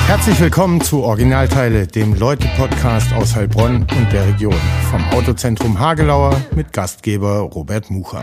Herzlich willkommen zu Originalteile, dem Leute-Podcast aus Heilbronn und der Region. Vom Autozentrum Hagelauer mit Gastgeber Robert Mucha.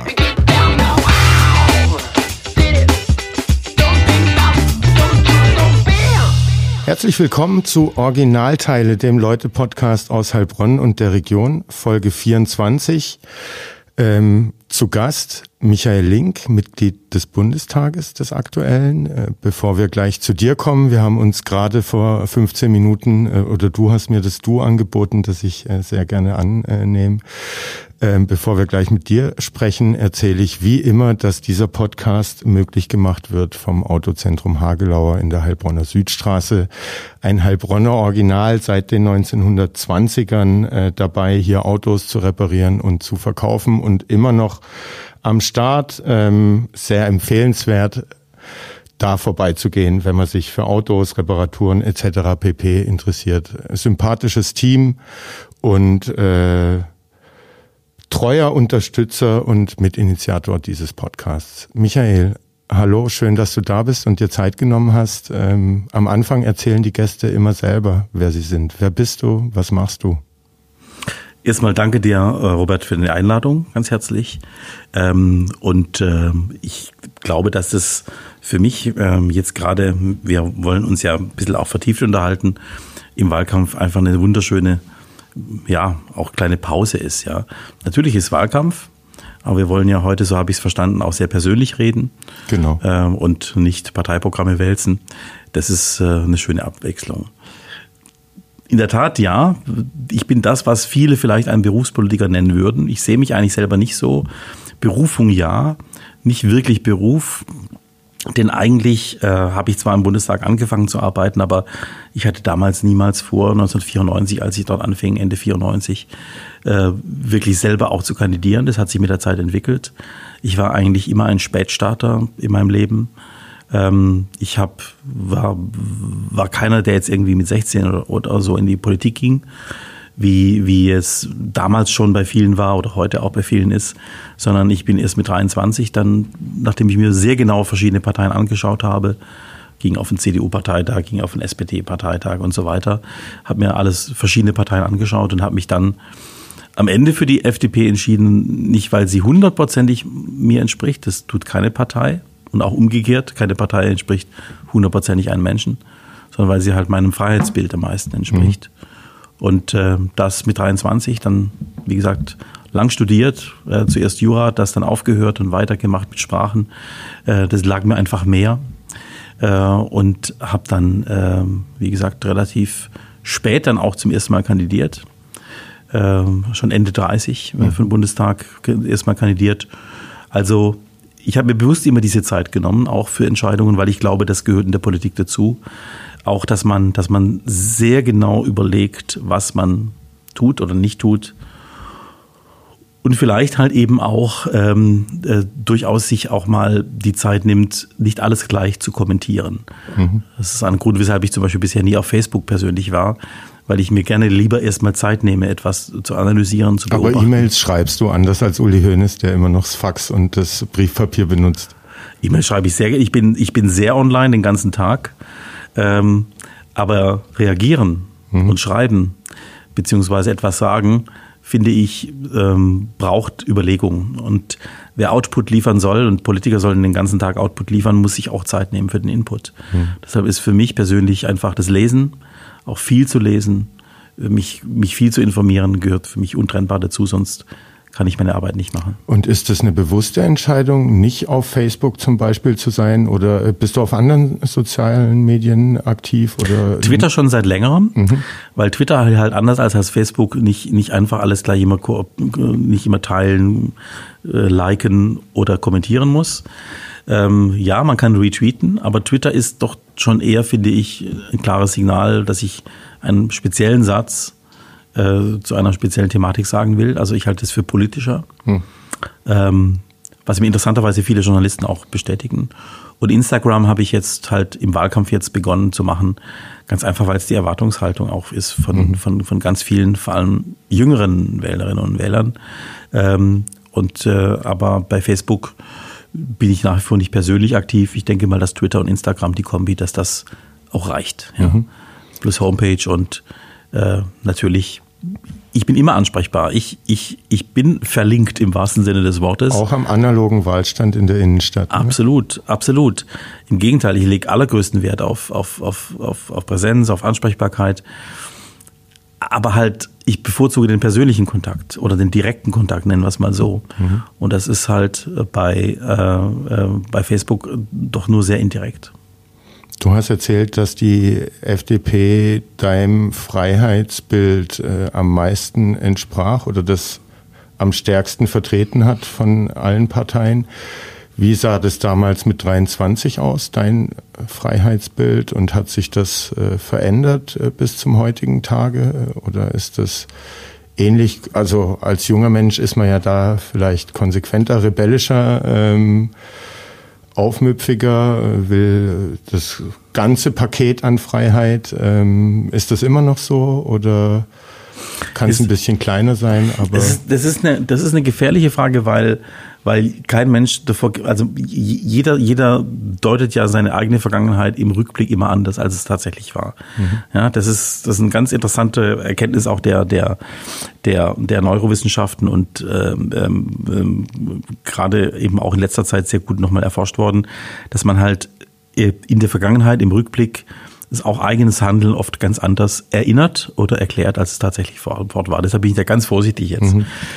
Herzlich willkommen zu Originalteile, dem Leute-Podcast aus Heilbronn und der Region, Folge 24. Zu Gast Michael Link, Mitglied des Bundestages des Aktuellen. Bevor wir gleich zu dir kommen, wir haben uns gerade vor 15 Minuten, oder du hast mir das Du angeboten, das ich sehr gerne annehme. Bevor wir gleich mit dir sprechen, erzähle ich wie immer, dass dieser Podcast möglich gemacht wird vom Autozentrum Hagelauer in der Heilbronner Südstraße. Ein Heilbronner Original seit den 1920ern dabei, hier Autos zu reparieren und zu verkaufen und immer noch am Start. Sehr empfehlenswert, da vorbeizugehen, wenn man sich für Autos, Reparaturen etc. pp. Interessiert. Sympathisches Team und treuer Unterstützer und Mitinitiator dieses Podcasts. Michael, hallo, schön, dass du da bist und dir Zeit genommen hast. Am Anfang erzählen die Gäste immer selber, wer sie sind. Wer bist du? Was machst du? Erstmal danke dir, Robert, für die Einladung, ganz herzlich. Ich glaube, dass es für mich jetzt gerade, wir wollen uns ja ein bisschen auch vertieft unterhalten, im Wahlkampf einfach eine wunderschöne, ja, auch kleine Pause ist, ja. Natürlich ist Wahlkampf, aber wir wollen ja heute, so habe ich es verstanden, auch sehr persönlich reden. Genau. Und nicht Parteiprogramme wälzen. Das ist eine schöne Abwechslung. In der Tat, ja. Ich bin das, was viele vielleicht einen Berufspolitiker nennen würden. Ich sehe mich eigentlich selber nicht so. Berufung ja, nicht wirklich Beruf. Denn eigentlich habe ich zwar im Bundestag angefangen zu arbeiten, aber ich hatte damals niemals vor, 1994, als ich dort anfing, Ende 94, wirklich selber auch zu kandidieren. Das hat sich mit der Zeit entwickelt. Ich war eigentlich immer ein Spätstarter in meinem Leben. Ich war keiner, der jetzt irgendwie mit 16 oder so in die Politik ging, wie es damals schon bei vielen war oder heute auch bei vielen ist, sondern ich bin erst mit 23 dann, nachdem ich mir sehr genau verschiedene Parteien angeschaut habe, ging auf den CDU-Parteitag, ging auf den SPD-Parteitag und so weiter, habe mir alles verschiedene Parteien angeschaut und habe mich dann am Ende für die FDP entschieden, nicht weil sie 100%ig mir entspricht, das tut keine Partei und auch umgekehrt, keine Partei entspricht 100%ig einem Menschen, sondern weil sie halt meinem Freiheitsbild am meisten entspricht. Und das mit 23, dann, wie gesagt, lang studiert, zuerst Jura, das dann aufgehört und weitergemacht mit Sprachen. Das lag mir einfach mehr und habe dann, wie gesagt, relativ spät dann auch zum ersten Mal kandidiert. Schon Ende 30 für den Bundestag erstmal kandidiert. Also ich habe mir bewusst immer diese Zeit genommen, auch für Entscheidungen, weil ich glaube, das gehört in der Politik dazu. Auch, dass man sehr genau überlegt, was man tut oder nicht tut. Und vielleicht halt eben auch durchaus sich auch mal die Zeit nimmt, nicht alles gleich zu kommentieren. Mhm. Das ist ein Grund, weshalb ich zum Beispiel bisher nie auf Facebook persönlich war, weil ich mir gerne lieber erstmal Zeit nehme, etwas zu analysieren, zu beobachten. Aber E-Mails schreibst du anders als Uli Hoeneß, der immer noch das Fax und das Briefpapier benutzt. E-Mails schreibe ich sehr gerne. Ich bin sehr online den ganzen Tag. Aber reagieren und schreiben, beziehungsweise etwas sagen, finde ich, braucht Überlegung. Und wer Output liefern soll, und Politiker sollen den ganzen Tag Output liefern, muss sich auch Zeit nehmen für den Input. Deshalb ist für mich persönlich einfach das Lesen, auch viel zu lesen, mich viel zu informieren, gehört für mich untrennbar dazu, sonst kann ich meine Arbeit nicht machen. Und ist das eine bewusste Entscheidung, nicht auf Facebook zum Beispiel zu sein, oder bist du auf anderen sozialen Medien aktiv? Oder Twitter schon seit längerem, weil Twitter halt anders als Facebook nicht einfach alles gleich nicht immer teilen, liken oder kommentieren muss. Ja, man kann retweeten, aber Twitter ist doch schon eher, finde ich, ein klares Signal, dass ich einen speziellen Satz zu einer speziellen Thematik sagen will. Also ich halte es für politischer, was mir interessanterweise viele Journalisten auch bestätigen. Und Instagram habe ich jetzt halt im Wahlkampf jetzt begonnen zu machen, ganz einfach, weil es die Erwartungshaltung auch ist von ganz vielen, vor allem jüngeren Wählerinnen und Wählern. Aber bei Facebook bin ich nach wie vor nicht persönlich aktiv. Ich denke mal, dass Twitter und Instagram, die Kombi, dass das auch reicht. Ja. Plus Homepage und natürlich, ich bin immer ansprechbar. Ich bin verlinkt im wahrsten Sinne des Wortes. Auch am analogen Wahlstand in der Innenstadt. Absolut, absolut. Im Gegenteil, ich lege allergrößten Wert auf Präsenz, auf Ansprechbarkeit. Aber halt, ich bevorzuge den persönlichen Kontakt oder den direkten Kontakt, nennen wir es mal so. Und das ist halt bei Facebook doch nur sehr indirekt. Du hast erzählt, dass die FDP deinem Freiheitsbild am meisten entsprach oder das am stärksten vertreten hat von allen Parteien. Wie sah das damals mit 23 aus, dein Freiheitsbild? Und hat sich das verändert bis zum heutigen Tage? Oder ist das ähnlich? Also als junger Mensch ist man ja da vielleicht konsequenter, rebellischer, aufmüpfiger, will das ganze Paket an Freiheit. Ist das immer noch so oder kann es ein bisschen kleiner sein? Aber das ist eine gefährliche Frage, weil kein Mensch davor, also jeder deutet ja seine eigene Vergangenheit im Rückblick immer anders, als es tatsächlich war. Ja, das ist eine ganz interessante Erkenntnis auch der Neurowissenschaften und gerade eben auch in letzter Zeit sehr gut nochmal erforscht worden, dass man halt in der Vergangenheit im Rückblick das auch eigenes Handeln oft ganz anders erinnert oder erklärt, als es tatsächlich vor Ort war. Deshalb bin ich da ganz vorsichtig jetzt.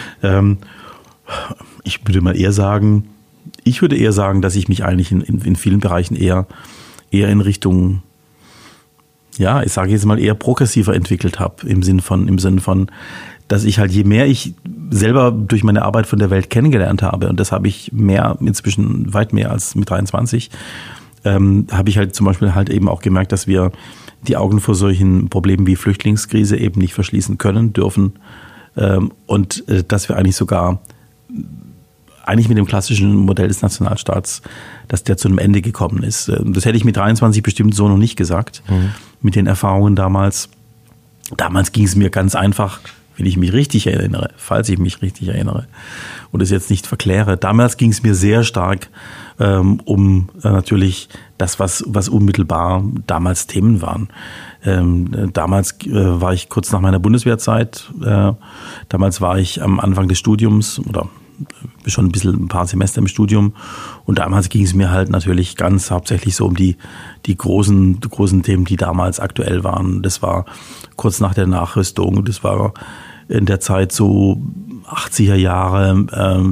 Ich würde eher sagen, dass ich mich eigentlich in vielen Bereichen eher in Richtung, ja, ich sage jetzt mal eher progressiver entwickelt habe, im Sinne von, dass ich halt, je mehr ich selber durch meine Arbeit von der Welt kennengelernt habe, und das habe ich inzwischen weit mehr als mit 23, habe ich halt zum Beispiel halt eben auch gemerkt, dass wir die Augen vor solchen Problemen wie Flüchtlingskrise eben nicht verschließen können, dürfen, und dass wir eigentlich mit dem klassischen Modell des Nationalstaats, dass der zu einem Ende gekommen ist. Das hätte ich mit 23 bestimmt so noch nicht gesagt, mit den Erfahrungen damals. Damals ging es mir ganz einfach, wenn ich mich richtig erinnere, falls ich mich richtig erinnere und es jetzt nicht verkläre. Damals ging es mir sehr stark um natürlich das, was unmittelbar damals Themen waren. Damals war ich kurz nach meiner Bundeswehrzeit, damals war ich am Anfang des Studiums oder schon ein paar Semester im Studium und damals ging es mir halt natürlich ganz hauptsächlich so um die großen Themen, die damals aktuell waren. Das war kurz nach der Nachrüstung, das war in der Zeit so 80er Jahre,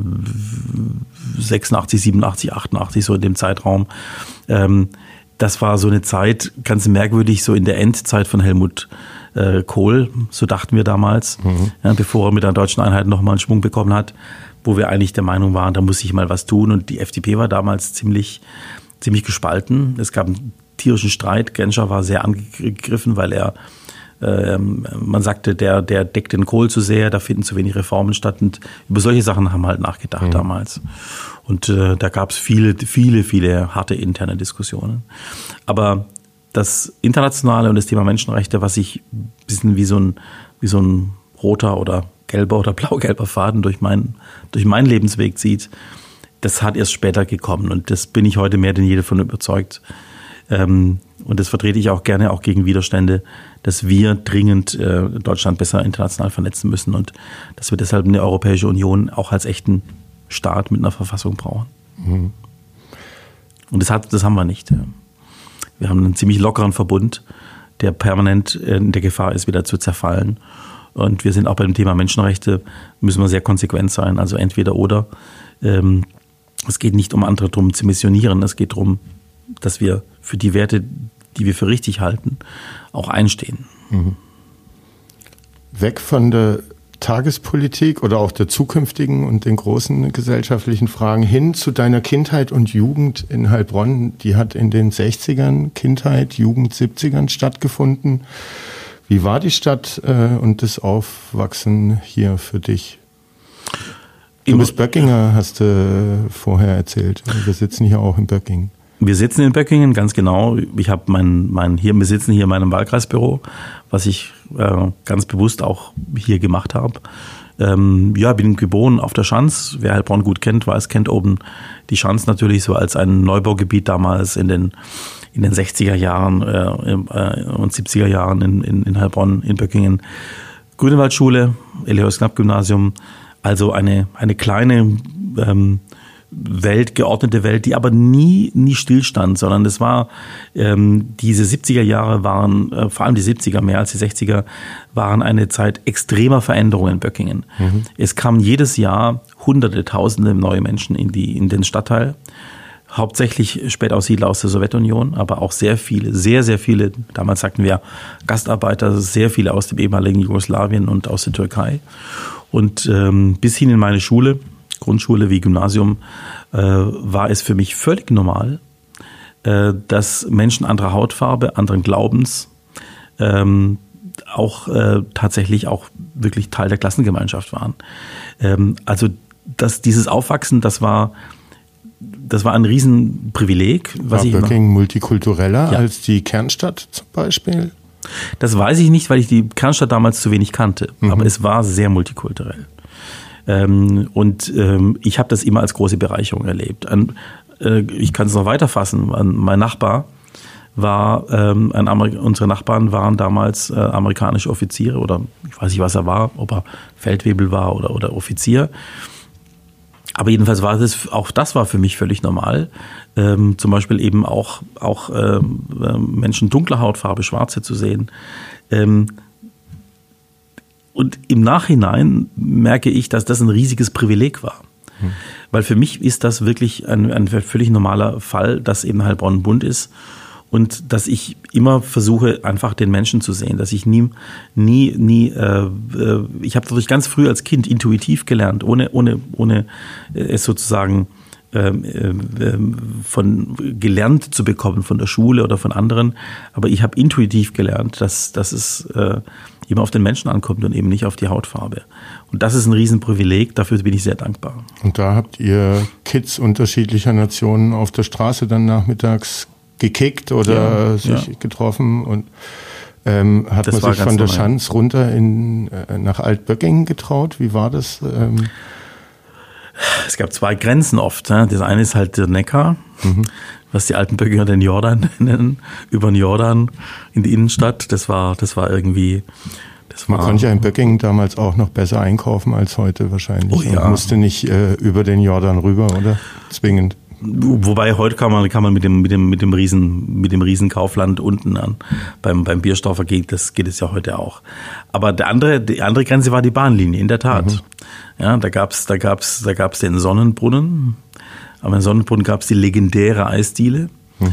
86, 87, 88, so in dem Zeitraum. Das war so eine Zeit, ganz merkwürdig, so in der Endzeit von Helmut Kohl, so dachten wir damals, ja, bevor er mit der deutschen Einheit nochmal einen Schwung bekommen hat, wo wir eigentlich der Meinung waren, da muss sich mal was tun. Und die FDP war damals ziemlich gespalten. Es gab einen tierischen Streit. Genscher war sehr angegriffen, weil man sagte, der deckt den Kohl zu sehr, da finden zu wenig Reformen statt. Und über solche Sachen haben wir halt nachgedacht damals. Und da gab es viele, viele, viele harte interne Diskussionen. Aber das Internationale und das Thema Menschenrechte, was sich ein bisschen wie so ein roter oder gelber oder blau-gelber Faden durch meinen Lebensweg zieht, das hat erst später gekommen. Und das bin ich heute mehr denn je davon überzeugt. Und das vertrete ich auch gerne, auch gegen Widerstände, dass wir dringend Deutschland besser international vernetzen müssen und dass wir deshalb eine Europäische Union auch als echten Staat mit einer Verfassung brauchen. Und das haben wir nicht. Wir haben einen ziemlich lockeren Verbund, der permanent in der Gefahr ist, wieder zu zerfallen. Und wir sind auch beim Thema Menschenrechte, müssen wir sehr konsequent sein, also entweder oder. Es geht nicht um andere darum zu missionieren, es geht darum, dass wir für die Werte, die wir für richtig halten, auch einstehen. Weg von der Tagespolitik oder auch der zukünftigen und den großen gesellschaftlichen Fragen hin zu deiner Kindheit und Jugend in Heilbronn. Die hat in den 60ern, Kindheit, Jugend, 70ern stattgefunden. Wie war die Stadt und das Aufwachsen hier für dich? Du bist Böckinger, hast du vorher erzählt. Wir sitzen hier auch in Böckingen. Wir sitzen in Böckingen, ganz genau. Ich habe wir sitzen hier in meinem Wahlkreisbüro, was ich ganz bewusst auch hier gemacht habe. Bin geboren auf der Schanz. Wer Heilbronn gut kennt, kennt oben die Schanz natürlich so als ein Neubaugebiet damals in den in den 60er Jahren und 70er Jahren in Heilbronn, in Böckingen. Grünewaldschule, Elias-Knapp-Gymnasium, also eine kleine Welt, geordnete Welt, die aber nie stillstand, sondern es war, diese 70er Jahre waren, vor allem die 70er, mehr als die 60er, waren eine Zeit extremer Veränderungen in Böckingen. Mhm. Es kamen jedes Jahr Hunderte, Tausende neue Menschen in den Stadtteil. Hauptsächlich Spätaussiedler aus der Sowjetunion, aber auch sehr viele, sehr viele, damals sagten wir Gastarbeiter, sehr viele aus dem ehemaligen Jugoslawien und aus der Türkei. Und bis hin in meine Schule, Grundschule wie Gymnasium, war es für mich völlig normal, dass Menschen anderer Hautfarbe, anderen Glaubens auch tatsächlich auch wirklich Teil der Klassengemeinschaft waren. Also dieses Aufwachsen, das war ein Riesenprivileg. War Böckingen multikultureller als die Kernstadt zum Beispiel? Das weiß ich nicht, weil ich die Kernstadt damals zu wenig kannte. Mhm. Aber es war sehr multikulturell. Und ich habe das immer als große Bereicherung erlebt. Ich kann es noch weiter fassen. Mein Nachbar war, unsere Nachbarn waren damals amerikanische Offiziere oder ich weiß nicht, was er war, ob er Feldwebel war oder Offizier. Aber jedenfalls war das war für mich völlig normal. Zum Beispiel eben auch Menschen dunkler Hautfarbe, Schwarze zu sehen. Und im Nachhinein merke ich, dass das ein riesiges Privileg war. Weil für mich ist das wirklich ein völlig normaler Fall, dass eben Heilbronn bunt ist. Und dass ich immer versuche, einfach den Menschen zu sehen, dass ich ich habe dadurch ganz früh als Kind intuitiv gelernt, ohne es sozusagen gelernt zu bekommen von der Schule oder von anderen. Aber ich habe intuitiv gelernt, dass es eben auf den Menschen ankommt und eben nicht auf die Hautfarbe. Und das ist ein Riesenprivileg, dafür bin ich sehr dankbar. Und da habt ihr Kids unterschiedlicher Nationen auf der Straße dann nachmittags gekickt oder sich getroffen und hat man sich von der Schanz runter nach Altböckingen getraut? Wie war das? Es gab zwei Grenzen oft. Das eine ist halt der Neckar, was die alten Böckinger den Jordan nennen, über den Jordan in die Innenstadt. Das war irgendwie... Man konnte ja in Böckingen damals auch noch besser einkaufen als heute wahrscheinlich. Oh, ja. Man musste nicht über den Jordan rüber, oder? Zwingend. Wobei heute kann man mit dem riesen Kaufland unten beim Bierstoffer geht es ja heute auch. Aber die andere Grenze war die Bahnlinie, in der Tat. Ja, da gab's den Sonnenbrunnen. Aber im Sonnenbrunnen gab's die legendäre Eisdiele.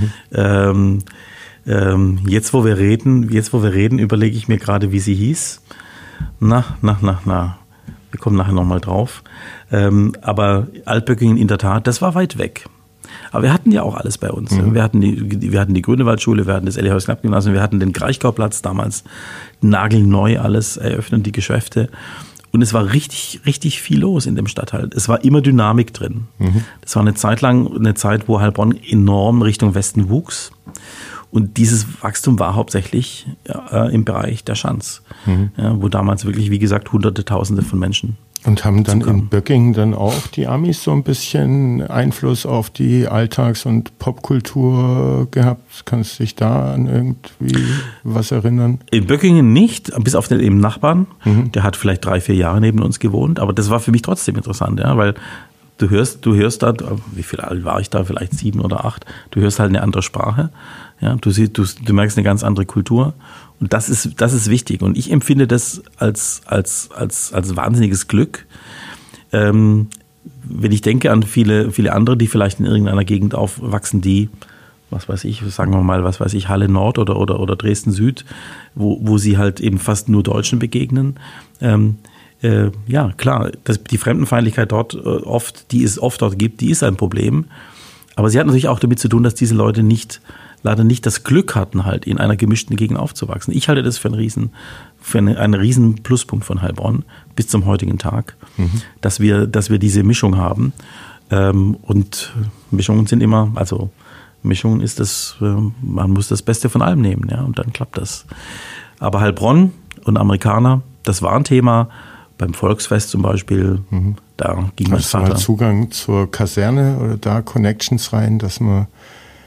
Jetzt wo wir reden, überlege ich mir gerade, wie sie hieß. Na. Wir kommen nachher nochmal drauf. Aber Altböckingen in der Tat, das war weit weg. Aber wir hatten ja auch alles bei uns. Wir hatten die Grünewaldschule, wir hatten das Elias-Knapp-Gymnasium, wir hatten den Kraichgauplatz damals, nagelneu alles eröffnet, die Geschäfte. Und es war richtig, richtig viel los in dem Stadtteil. Es war immer Dynamik drin. Das war eine Zeit, wo Heilbronn enorm Richtung Westen wuchs. Und dieses Wachstum war hauptsächlich im Bereich der Schanz, wo damals wirklich, wie gesagt, Hunderte, Tausende von Menschen. Und haben dann in Böckingen dann auch die Amis so ein bisschen Einfluss auf die Alltags- und Popkultur gehabt? Kannst du dich da an irgendwie was erinnern? In Böckingen nicht, bis auf den eben Nachbarn. Der hat vielleicht 3-4 Jahre neben uns gewohnt, aber das war für mich trotzdem interessant, ja, weil du hörst da, wie viel alt war ich da, vielleicht 7 oder 8, du hörst halt eine andere Sprache, ja, du merkst eine ganz andere Kultur. Und das ist wichtig. Und ich empfinde das als wahnsinniges Glück. Wenn ich denke an viele andere, die vielleicht in irgendeiner Gegend aufwachsen, die, Halle Nord oder Dresden Süd, wo sie halt eben fast nur Deutschen begegnen. Ja, klar, die Fremdenfeindlichkeit dort die es oft dort gibt, die ist ein Problem. Aber sie hat natürlich auch damit zu tun, dass diese Leute leider nicht das Glück hatten, halt in einer gemischten Gegend aufzuwachsen. Ich halte das für einen riesen Pluspunkt von Heilbronn bis zum heutigen Tag, dass wir diese Mischung haben. Und Mischungen sind immer, also Mischung ist das, man muss das Beste von allem nehmen, ja, und dann klappt das. Aber Heilbronn und Amerikaner, das war ein Thema. Beim Volksfest zum Beispiel, da ging mein Vater. Hast du mal Zugang zur Kaserne oder da Connections rein, dass man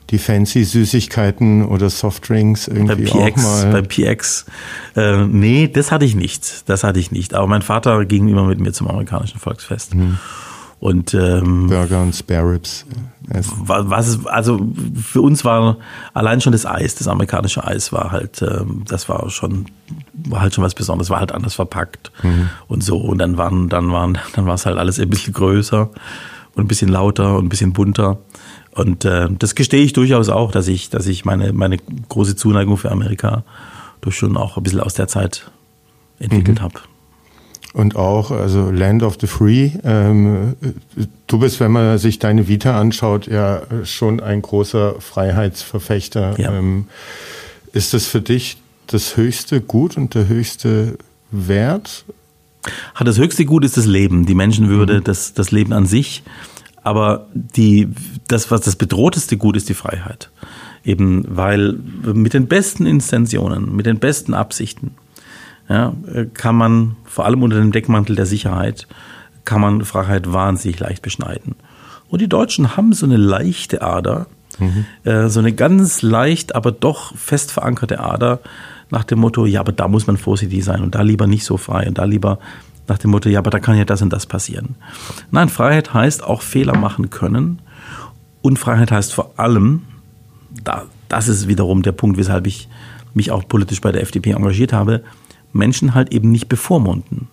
die fancy Süßigkeiten oder Softdrinks irgendwie auch mal? Beim PX, nee, das hatte ich nicht. Aber mein Vater ging immer mit mir zum amerikanischen Volksfest. Und Burger und Spare Ribs. Also für uns war allein schon das Eis, das amerikanische Eis war halt, das war schon was Besonderes, war halt anders verpackt und so. Und dann war es halt alles ein bisschen größer und ein bisschen lauter und ein bisschen bunter. Und das gestehe ich durchaus auch, dass ich meine große Zuneigung für Amerika durch schon auch ein bisschen aus der Zeit entwickelt habe. Und auch, also Land of the Free. Du bist, wenn man sich deine Vita anschaut, ja schon ein großer Freiheitsverfechter. Ja. Ist das für dich das höchste Gut und der höchste Wert? Das höchste Gut ist das Leben, die Menschenwürde, das Leben an sich. Aber was das bedrohteste Gut ist, die Freiheit. Eben, weil mit den besten Intentionen, mit den besten Absichten, ja, kann man, vor allem unter dem Deckmantel der Sicherheit, kann man Freiheit wahnsinnig leicht beschneiden. Und die Deutschen haben so eine leichte Ader, so eine ganz leicht, aber doch fest verankerte Ader nach dem Motto, ja, aber da muss man vorsichtig sein und da lieber nicht so frei und da lieber nach dem Motto, ja, aber da kann ja das und das passieren. Nein, Freiheit heißt auch Fehler machen können und Freiheit heißt vor allem, das ist wiederum der Punkt, weshalb ich mich auch politisch bei der FDP engagiert habe, Menschen halt eben nicht bevormunden.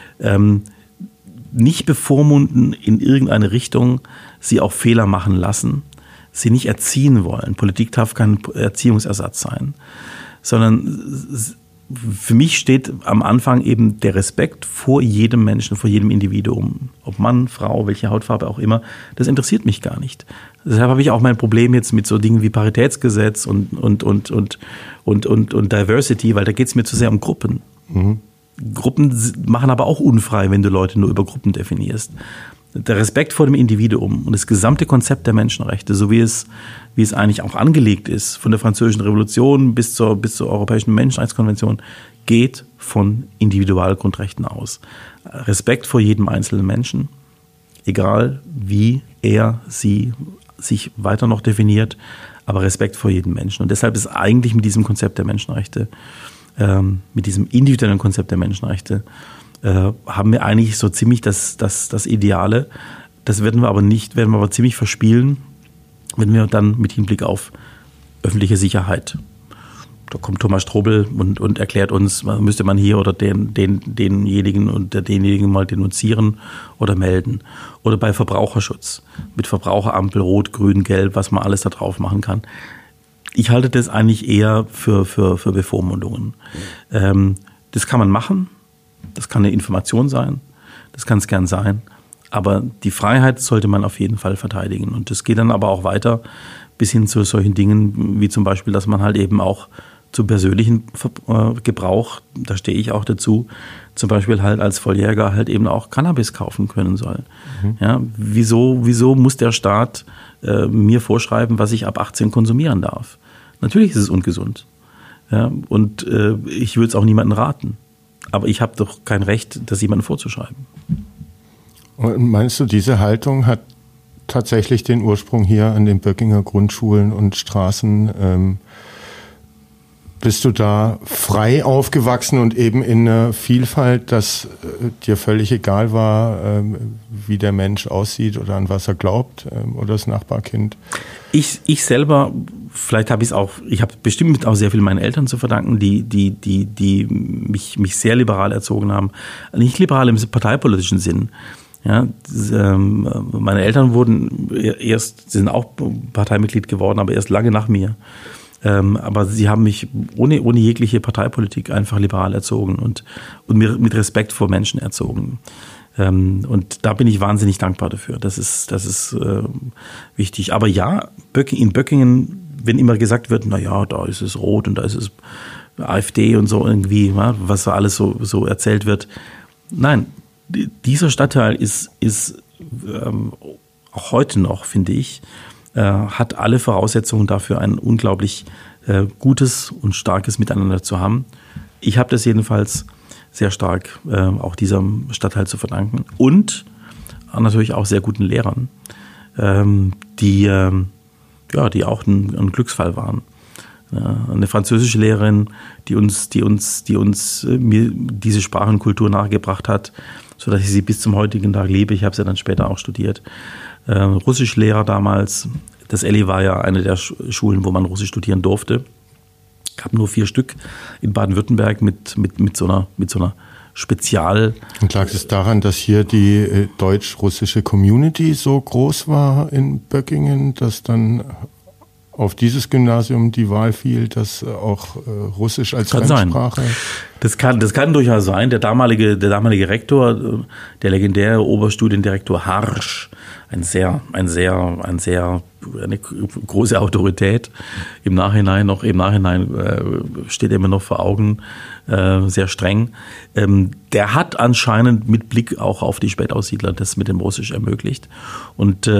Nicht bevormunden in irgendeine Richtung, sie auch Fehler machen lassen, sie nicht erziehen wollen. Politik darf kein Erziehungsersatz sein, sondern für mich steht am Anfang eben der Respekt vor jedem Menschen, vor jedem Individuum. Ob Mann, Frau, welche Hautfarbe auch immer, das interessiert mich gar nicht. Deshalb habe ich auch mein Problem jetzt mit so Dingen wie Paritätsgesetz und Diversity, weil da geht es mir zu sehr um Gruppen. Gruppen machen aber auch unfrei, wenn du Leute nur über Gruppen definierst. Der Respekt vor dem Individuum und das gesamte Konzept der Menschenrechte, so wie es eigentlich auch angelegt ist, von der Französischen Revolution bis zur Europäischen Menschenrechtskonvention, geht von Individualgrundrechten aus. Respekt vor jedem einzelnen Menschen, egal wie er, sie sich weiter noch definiert, aber Respekt vor jedem Menschen. Und deshalb ist eigentlich mit diesem Konzept der Menschenrechte, mit diesem individuellen Konzept der Menschenrechte, haben wir eigentlich so ziemlich das Ideale. Das werden wir aber ziemlich verspielen, wenn wir dann mit Hinblick auf öffentliche Sicherheit. Da kommt Thomas Strobel und erklärt uns, müsste man hier oder denjenigen und denjenigen mal denunzieren oder melden. Oder bei Verbraucherschutz mit Verbraucherampel, Rot, Grün, Gelb, was man alles da drauf machen kann. Ich halte das eigentlich eher für Bevormundungen. Das kann man machen. Das kann eine Information sein, das kann es gern sein, aber die Freiheit sollte man auf jeden Fall verteidigen. Und das geht dann aber auch weiter bis hin zu solchen Dingen wie zum Beispiel, dass man halt eben auch zum persönlichen Gebrauch, da stehe ich auch dazu, zum Beispiel halt als Volljähriger halt eben auch Cannabis kaufen können soll. Ja, wieso muss der Staat mir vorschreiben, was ich ab 18 konsumieren darf? Natürlich ist es ungesund. Ja, und ich würde es auch niemandem raten. Aber ich habe doch kein Recht, das jemandem vorzuschreiben. Und meinst du, diese Haltung hat tatsächlich den Ursprung hier an den Böckinger Grundschulen und Straßen? Bist du da frei aufgewachsen und eben in einer Vielfalt, dass dir völlig egal war, wie der Mensch aussieht oder an was er glaubt oder das Nachbarkind? Ich selber, vielleicht habe ich habe bestimmt auch sehr viel meinen Eltern zu verdanken, die mich sehr liberal erzogen haben. Nicht liberal im parteipolitischen Sinn. Ja, meine Eltern sind auch Parteimitglied geworden, aber erst lange nach mir. Aber sie haben mich ohne jegliche Parteipolitik einfach liberal erzogen und mir mit Respekt vor Menschen erzogen. Und da bin ich wahnsinnig dankbar dafür. Das ist wichtig. Aber ja, in Böckingen, wenn immer gesagt wird, na ja, da ist es rot und da ist es AfD und so irgendwie, was da alles so erzählt wird. Nein, dieser Stadtteil ist auch heute noch, finde ich, hat alle Voraussetzungen dafür, ein unglaublich gutes und starkes Miteinander zu haben. Ich habe das jedenfalls sehr stark auch diesem Stadtteil zu verdanken und natürlich auch sehr guten Lehrern, die die auch ein Glücksfall waren. Ja, eine französische Lehrerin, die uns mir diese Sprachenkultur nahegebracht hat, sodass ich sie bis zum heutigen Tag liebe. Ich habe sie dann später auch studiert. Russischlehrer damals, das Elli war ja eine der Schulen, wo man Russisch studieren durfte. Gab nur 4 Stück in Baden-Württemberg mit so einer Spezial. Und lag es daran, dass hier die deutsch-russische Community so groß war in Böckingen, dass dann auf dieses Gymnasium die Wahl fiel, dass auch Russisch als Fremdsprache? Das kann durchaus sein. Der damalige Rektor, der legendäre Oberstudiendirektor Harsch, eine große Autorität. Im Nachhinein steht er mir noch vor Augen, sehr streng. Der hat anscheinend mit Blick auch auf die Spätaussiedler das mit dem Russisch ermöglicht. Und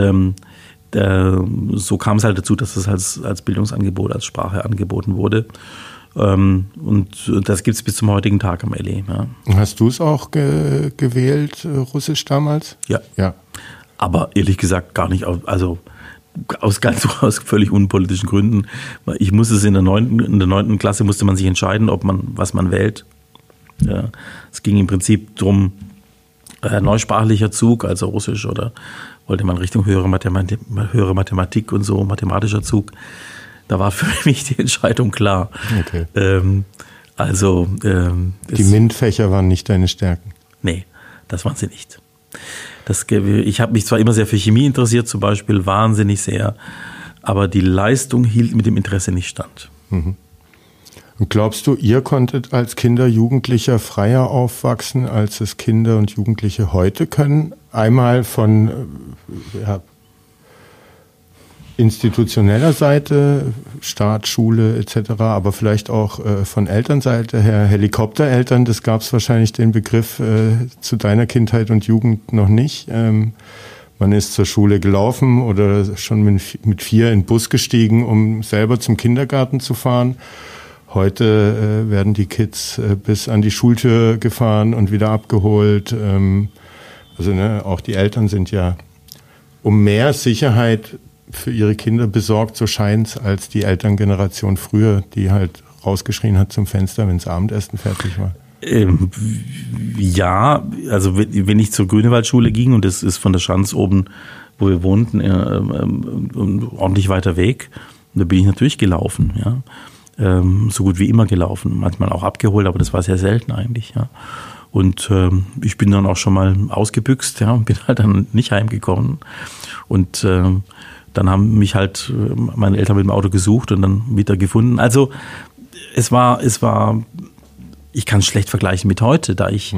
so kam es halt dazu, dass es als Bildungsangebot, als Sprache angeboten wurde. Und das gibt es bis zum heutigen Tag am LE. Ja. Hast du es auch gewählt, Russisch damals? Ja. Aber ehrlich gesagt gar nicht, also aus völlig unpolitischen Gründen. Ich musste es in der 9. Klasse musste man sich entscheiden, was man wählt. Ja, es ging im Prinzip darum, neusprachlicher Zug, also Russisch, oder wollte man Richtung höhere Mathematik und so, mathematischer Zug. Da war für mich die Entscheidung klar. Okay. Die MINT-Fächer waren nicht deine Stärken? Nee, das waren sie nicht. Ich habe mich zwar immer sehr für Chemie interessiert, zum Beispiel, wahnsinnig sehr, aber die Leistung hielt mit dem Interesse nicht stand. Mhm. Und glaubst du, ihr konntet als Kinder, Jugendlicher freier aufwachsen, als es Kinder und Jugendliche heute können? Einmal von institutioneller Seite, Staat, Schule etc., aber vielleicht auch von Elternseite her, Helikoptereltern, das gab es wahrscheinlich den Begriff zu deiner Kindheit und Jugend noch nicht. Man ist zur Schule gelaufen oder schon mit 4 in den Bus gestiegen, um selber zum Kindergarten zu fahren. Heute werden die Kids bis an die Schultür gefahren und wieder abgeholt. Auch die Eltern sind ja um mehr Sicherheit für ihre Kinder besorgt, so scheint's, als die Elterngeneration früher, die halt rausgeschrien hat zum Fenster, wenn das Abendessen fertig war. Ja, also wenn ich zur Grünewaldschule ging, und das ist von der Schanz oben, wo wir wohnten, ordentlich weiter weg, da bin ich natürlich gelaufen, ja. So gut wie immer gelaufen, manchmal auch abgeholt, aber das war sehr selten eigentlich, ja. Und ich bin dann auch schon mal ausgebüxt, ja, und bin halt dann nicht heimgekommen. Und dann haben mich halt meine Eltern mit dem Auto gesucht und dann wieder gefunden. Also es war, ich kann es schlecht vergleichen mit heute, da ich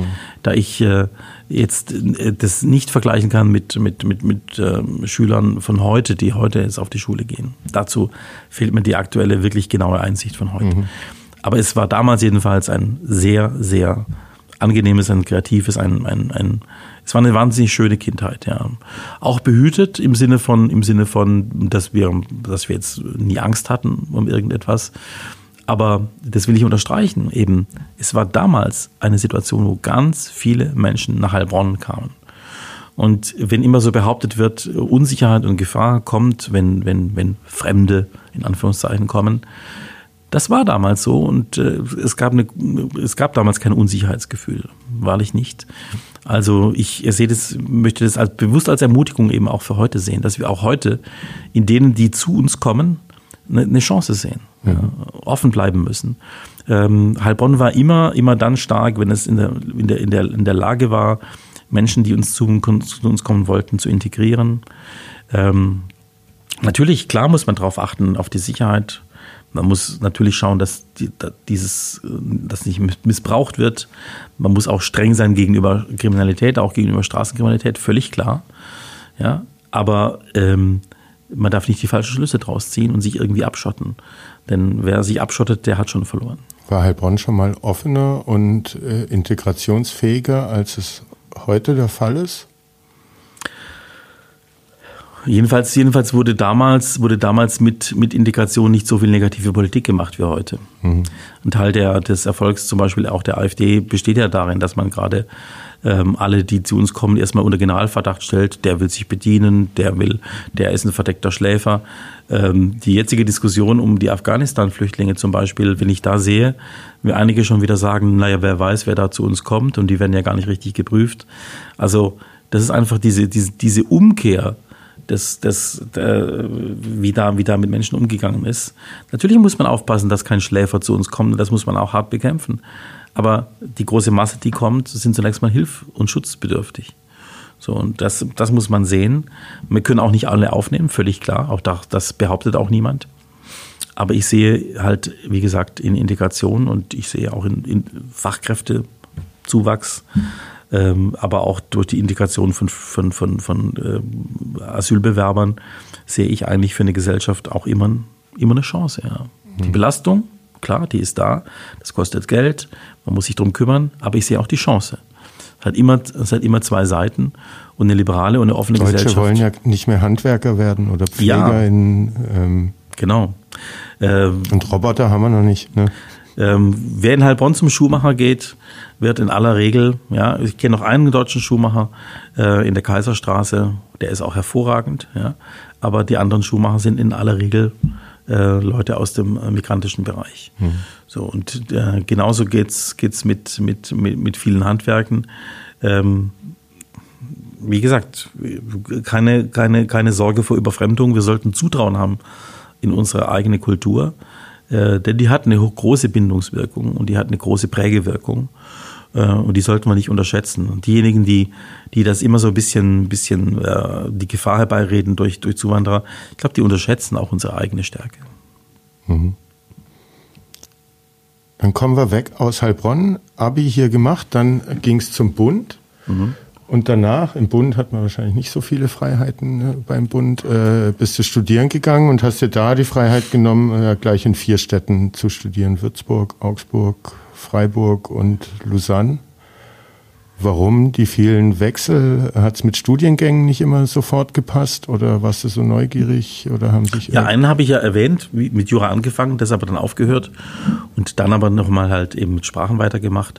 jetzt das nicht vergleichen kann mit Schülern von heute, die heute jetzt auf die Schule gehen. Dazu fehlt mir die aktuelle, wirklich genaue Einsicht von heute. Mhm. Aber es war damals jedenfalls ein sehr, sehr angenehmes, ein kreatives, es war eine wahnsinnig schöne Kindheit, ja. Auch behütet im Sinne von, dass wir jetzt nie Angst hatten um irgendetwas. Aber das will ich unterstreichen, eben, es war damals eine Situation, wo ganz viele Menschen nach Heilbronn kamen. Und wenn immer so behauptet wird, Unsicherheit und Gefahr kommt, wenn Fremde in Anführungszeichen kommen, das war damals so, und es gab damals kein Unsicherheitsgefühl, wahrlich nicht. Also ich möchte das bewusst als Ermutigung eben auch für heute sehen, dass wir auch heute in denen, die zu uns kommen, eine Chance sehen, offen bleiben müssen. Heilbronn war immer dann stark, wenn es in der Lage war, Menschen, die zu uns kommen wollten, zu integrieren. Natürlich, klar muss man darauf achten, auf die Sicherheit. Man muss natürlich schauen, dass das nicht missbraucht wird. Man muss auch streng sein gegenüber Kriminalität, auch gegenüber Straßenkriminalität, völlig klar. Ja, aber man darf nicht die falschen Schlüsse draus ziehen und sich irgendwie abschotten. Denn wer sich abschottet, der hat schon verloren. War Heilbronn schon mal offener und integrationsfähiger, als es heute der Fall ist? Jedenfalls wurde damals mit Integration nicht so viel negative Politik gemacht wie heute. Mhm. Ein Teil des Erfolgs zum Beispiel auch der AfD besteht ja darin, dass man gerade alle, die zu uns kommen, erstmal unter Generalverdacht stellt. Der will sich bedienen, der ist ein verdeckter Schläfer. Die jetzige Diskussion um die Afghanistan-Flüchtlinge zum Beispiel, wenn ich da sehe, wie einige schon wieder sagen, naja, wer weiß, wer da zu uns kommt und die werden ja gar nicht richtig geprüft. Also das ist einfach diese Umkehr, wie da mit Menschen umgegangen ist. Natürlich muss man aufpassen, dass kein Schläfer zu uns kommt, und das muss man auch hart bekämpfen. Aber die große Masse, die kommt, sind zunächst mal hilf- und schutzbedürftig. So, und das muss man sehen. Wir können auch nicht alle aufnehmen, völlig klar. Auch das behauptet auch niemand. Aber ich sehe halt, wie gesagt, in Integration und ich sehe auch in Fachkräftezuwachs, aber auch durch die Integration von Asylbewerbern sehe ich eigentlich für eine Gesellschaft auch immer eine Chance. Ja. Die Belastung, klar, die ist da, das kostet Geld, man muss sich darum kümmern, aber ich sehe auch die Chance. Es hat immer zwei Seiten und eine liberale und eine offene Gesellschaft. Deutsche wollen ja nicht mehr Handwerker werden oder Pfleger genau. Und Roboter haben wir noch nicht, ne? Wer in Heilbronn zum Schuhmacher geht, wird in aller Regel, ja, ich kenne noch einen deutschen Schuhmacher in der Kaiserstraße, der ist auch hervorragend, ja, aber die anderen Schuhmacher sind in aller Regel Leute aus dem migrantischen Bereich. Mhm. So, und genauso geht's mit vielen Handwerken. Wie gesagt, keine Sorge vor Überfremdung. Wir sollten Zutrauen haben in unsere eigene Kultur, denn die hat eine große Bindungswirkung und die hat eine große Prägewirkung. Und die sollten wir nicht unterschätzen. Und diejenigen, die das immer so ein bisschen die Gefahr herbeireden durch Zuwanderer, ich glaube, die unterschätzen auch unsere eigene Stärke. Mhm. Dann kommen wir weg aus Heilbronn, Abi hier gemacht, dann ging es zum Bund. Mhm. Und danach, im Bund hat man wahrscheinlich nicht so viele Freiheiten, ne, beim Bund, bist du studieren gegangen und hast dir da die Freiheit genommen, gleich in 4 Städten zu studieren: Würzburg, Augsburg, Freiburg und Lausanne. Warum die vielen Wechsel? Hat es mit Studiengängen nicht immer sofort gepasst oder warst du so neugierig oder haben sich... Ja, einen habe ich ja erwähnt, mit Jura angefangen, das aber dann aufgehört und dann aber nochmal halt eben mit Sprachen weitergemacht.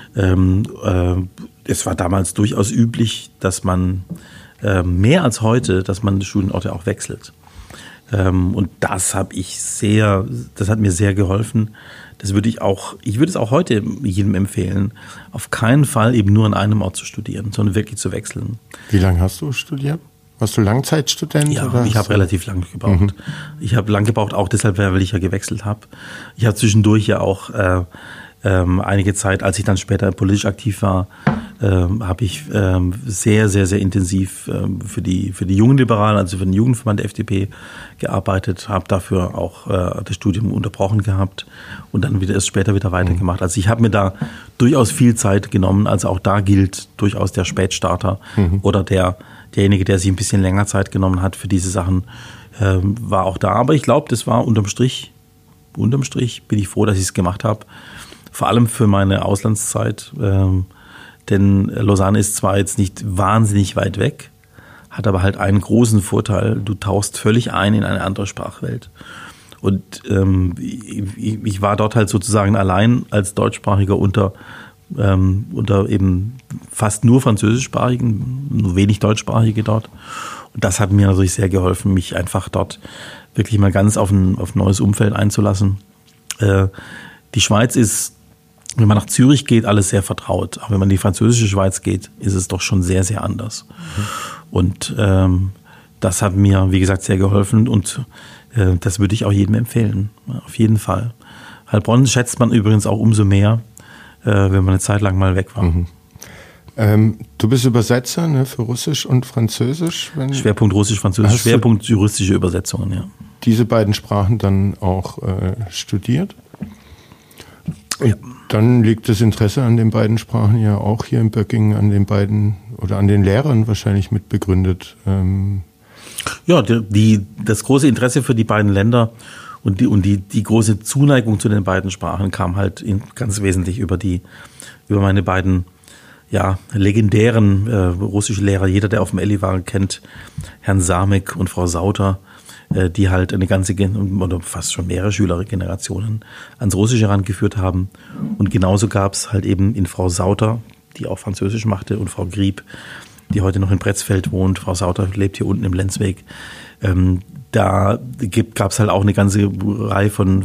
Es war damals durchaus üblich, dass man mehr als heute, dass man die Studienorte auch wechselt. Und das hat mir sehr geholfen. Ich würde es auch heute jedem empfehlen, auf keinen Fall eben nur an einem Ort zu studieren, sondern wirklich zu wechseln. Wie lange hast du studiert? Warst du Langzeitstudent? Ja, oder ich habe relativ lange gebraucht. Mhm. Ich habe lange gebraucht, auch deshalb, weil ich ja gewechselt habe. Ich habe zwischendurch ja auch einige Zeit, als ich dann später politisch aktiv war, habe ich sehr, sehr, sehr intensiv für die jungen Liberalen, also für den Jugendverband der FDP gearbeitet, habe dafür auch das Studium unterbrochen gehabt und dann später wieder weitergemacht. Also ich habe mir da durchaus viel Zeit genommen, also auch da gilt durchaus der Spätstarter oder derjenige, der sich ein bisschen länger Zeit genommen hat für diese Sachen, war auch da. Aber ich glaube, das war unterm Strich bin ich froh, dass ich es gemacht habe. Vor allem für meine Auslandszeit, denn Lausanne ist zwar jetzt nicht wahnsinnig weit weg, hat aber halt einen großen Vorteil, du tauchst völlig ein in eine andere Sprachwelt. Und ich war dort halt sozusagen allein als Deutschsprachiger unter eben fast nur Französischsprachigen, nur wenig Deutschsprachige dort. Und das hat mir natürlich sehr geholfen, mich einfach dort wirklich mal ganz auf ein neues Umfeld einzulassen. Die Schweiz ist, wenn man nach Zürich geht, alles sehr vertraut. Aber wenn man in die französische Schweiz geht, ist es doch schon sehr, sehr anders. Mhm. Und das hat mir, wie gesagt, sehr geholfen und das würde ich auch jedem empfehlen. Auf jeden Fall. Heilbronn schätzt man übrigens auch umso mehr, wenn man eine Zeit lang mal weg war. Mhm. Du bist Übersetzer, ne, für Russisch und Französisch? Schwerpunkt Russisch, Französisch, Schwerpunkt juristische Übersetzungen, ja. Diese beiden Sprachen dann auch studiert? Ja. Dann liegt das Interesse an den beiden Sprachen ja auch hier in Böckingen an den beiden oder an den Lehrern wahrscheinlich mit begründet. Ja, das große Interesse für die beiden Länder und die große Zuneigung zu den beiden Sprachen kam halt ganz wesentlich über meine beiden legendären russischen Lehrer. Jeder, der auf dem Elli war, kennt Herrn Samek und Frau Sauter, die halt eine ganze oder fast schon mehrere Schülergenerationen ans Russische herangeführt haben. Und genauso gab es halt eben in Frau Sauter, die auch Französisch machte, und Frau Grieb, die heute noch in Pretzfeld wohnt. Frau Sauter lebt hier unten im Lenzweg. Da gab es halt auch eine ganze Reihe von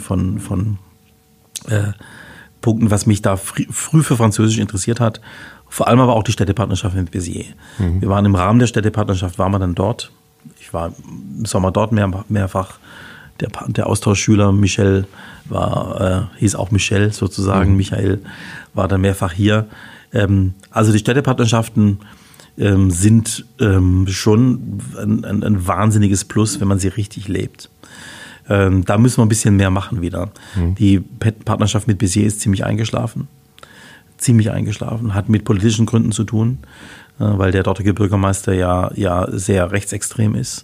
Punkten, was mich da früh für Französisch interessiert hat. Vor allem aber auch die Städtepartnerschaft mit Béziers. Wir waren im Rahmen der Städtepartnerschaft, waren wir dann dort. Ich war im Sommer dort mehrfach. Der Austauschschüler Michel hieß auch Michel sozusagen. Michael war dann mehrfach hier. Also die Städtepartnerschaften sind schon ein wahnsinniges Plus, wenn man sie richtig lebt. Da müssen wir ein bisschen mehr machen wieder. Die Partnerschaft mit Béziers ist ziemlich eingeschlafen, hat mit politischen Gründen zu tun, weil der dortige Bürgermeister ja sehr rechtsextrem ist.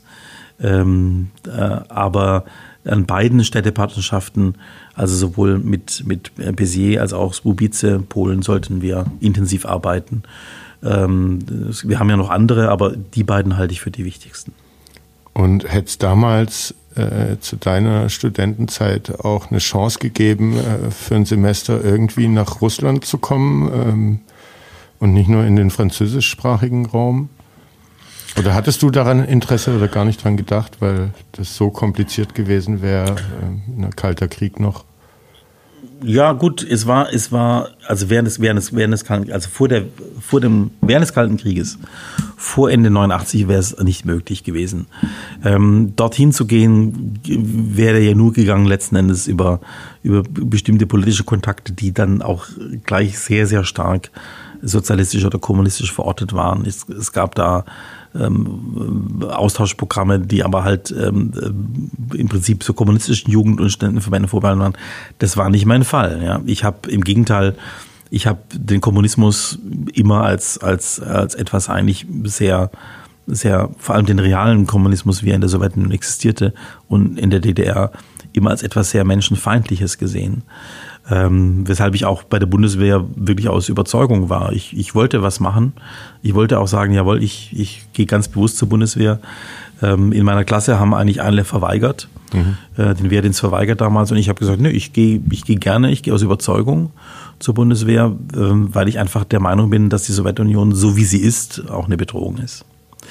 Aber an beiden Städtepartnerschaften, also sowohl mit Béziers als auch Słubice, Polen, sollten wir intensiv arbeiten. Wir haben ja noch andere, aber die beiden halte ich für die wichtigsten. Und hätte es damals zu deiner Studentenzeit auch eine Chance gegeben, für ein Semester irgendwie nach Russland zu kommen und nicht nur in den französischsprachigen Raum? Oder hattest du daran Interesse oder gar nicht dran gedacht, weil das so kompliziert gewesen wäre, ein kalter Krieg noch? Ja, gut, es war, also während des Kalten Krieges, vor Ende 89 wäre es nicht möglich gewesen. Dorthin zu gehen, wäre ja nur gegangen letzten Endes über bestimmte politische Kontakte, die dann auch gleich sehr, sehr stark sozialistisch oder kommunistisch verortet waren. Es gab da Austauschprogramme, die aber halt im Prinzip zur kommunistischen Jugend- und Studentenverbände vorbehalten waren. Das war nicht mein Fall. Ja. Ich habe im Gegenteil, den Kommunismus immer als etwas eigentlich sehr, sehr, vor allem den realen Kommunismus, wie er in der Sowjetunion existierte und in der DDR, immer als etwas sehr Menschenfeindliches gesehen. Weshalb ich auch bei der Bundeswehr wirklich aus Überzeugung war. Ich wollte was machen. Ich wollte auch sagen, jawohl, ich gehe ganz bewusst zur Bundeswehr. In meiner Klasse haben eigentlich alle verweigert, den Wehrdienst verweigert damals. Und ich habe gesagt, nö, ich gehe gerne, ich gehe aus Überzeugung zur Bundeswehr, weil ich einfach der Meinung bin, dass die Sowjetunion, so wie sie ist, auch eine Bedrohung ist.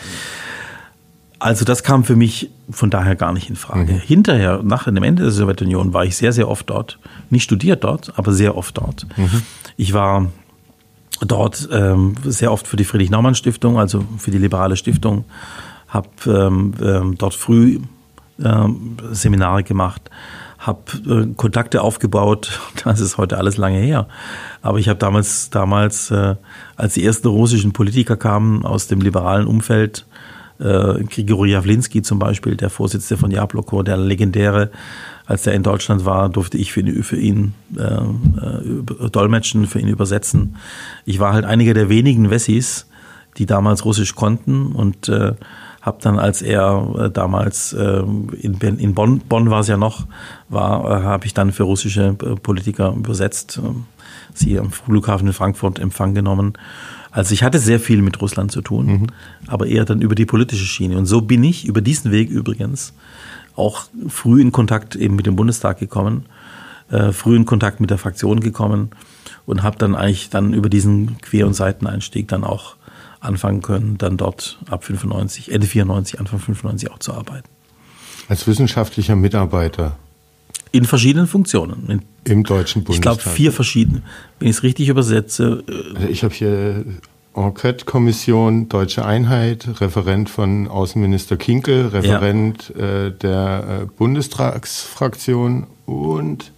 Also das kam für mich von daher gar nicht in Frage. Hinterher, nach dem Ende der Sowjetunion, war ich sehr, sehr oft dort. Nicht studiert dort, aber sehr oft dort. Ich war dort sehr oft für die Friedrich-Naumann-Stiftung, also für die liberale Stiftung, habe dort früh Seminare gemacht, habe Kontakte aufgebaut. Das ist heute alles lange her. Aber ich habe damals, als die ersten russischen Politiker kamen aus dem liberalen Umfeld, Grigori Jawlinski zum Beispiel, der Vorsitzende von Jabloko, der legendäre, als er in Deutschland war, durfte ich für ihn dolmetschen, für ihn übersetzen. Ich war halt einer der wenigen Wessis, die damals Russisch konnten und habe dann, als er damals in Bonn war es ja noch, habe ich dann für russische Politiker übersetzt, sie am Flughafen in Frankfurt in Empfang genommen. Also ich hatte sehr viel mit Russland zu tun, aber eher dann über die politische Schiene. Und so bin ich über diesen Weg übrigens auch früh in Kontakt eben mit dem Bundestag gekommen, früh in Kontakt mit der Fraktion gekommen und habe dann eigentlich dann über diesen Quer- und Seiteneinstieg dann auch anfangen können, dann dort ab Ende 94, Anfang 95 auch zu arbeiten. Als wissenschaftlicher Mitarbeiter? In verschiedenen Funktionen. Im Deutschen Bundestag? Ich glaube 4 verschiedene, wenn ich es richtig übersetze. Also ich habe hier Enquete-Kommission Deutsche Einheit, Referent von Außenminister Kinkel, Referent der Bundestagsfraktion und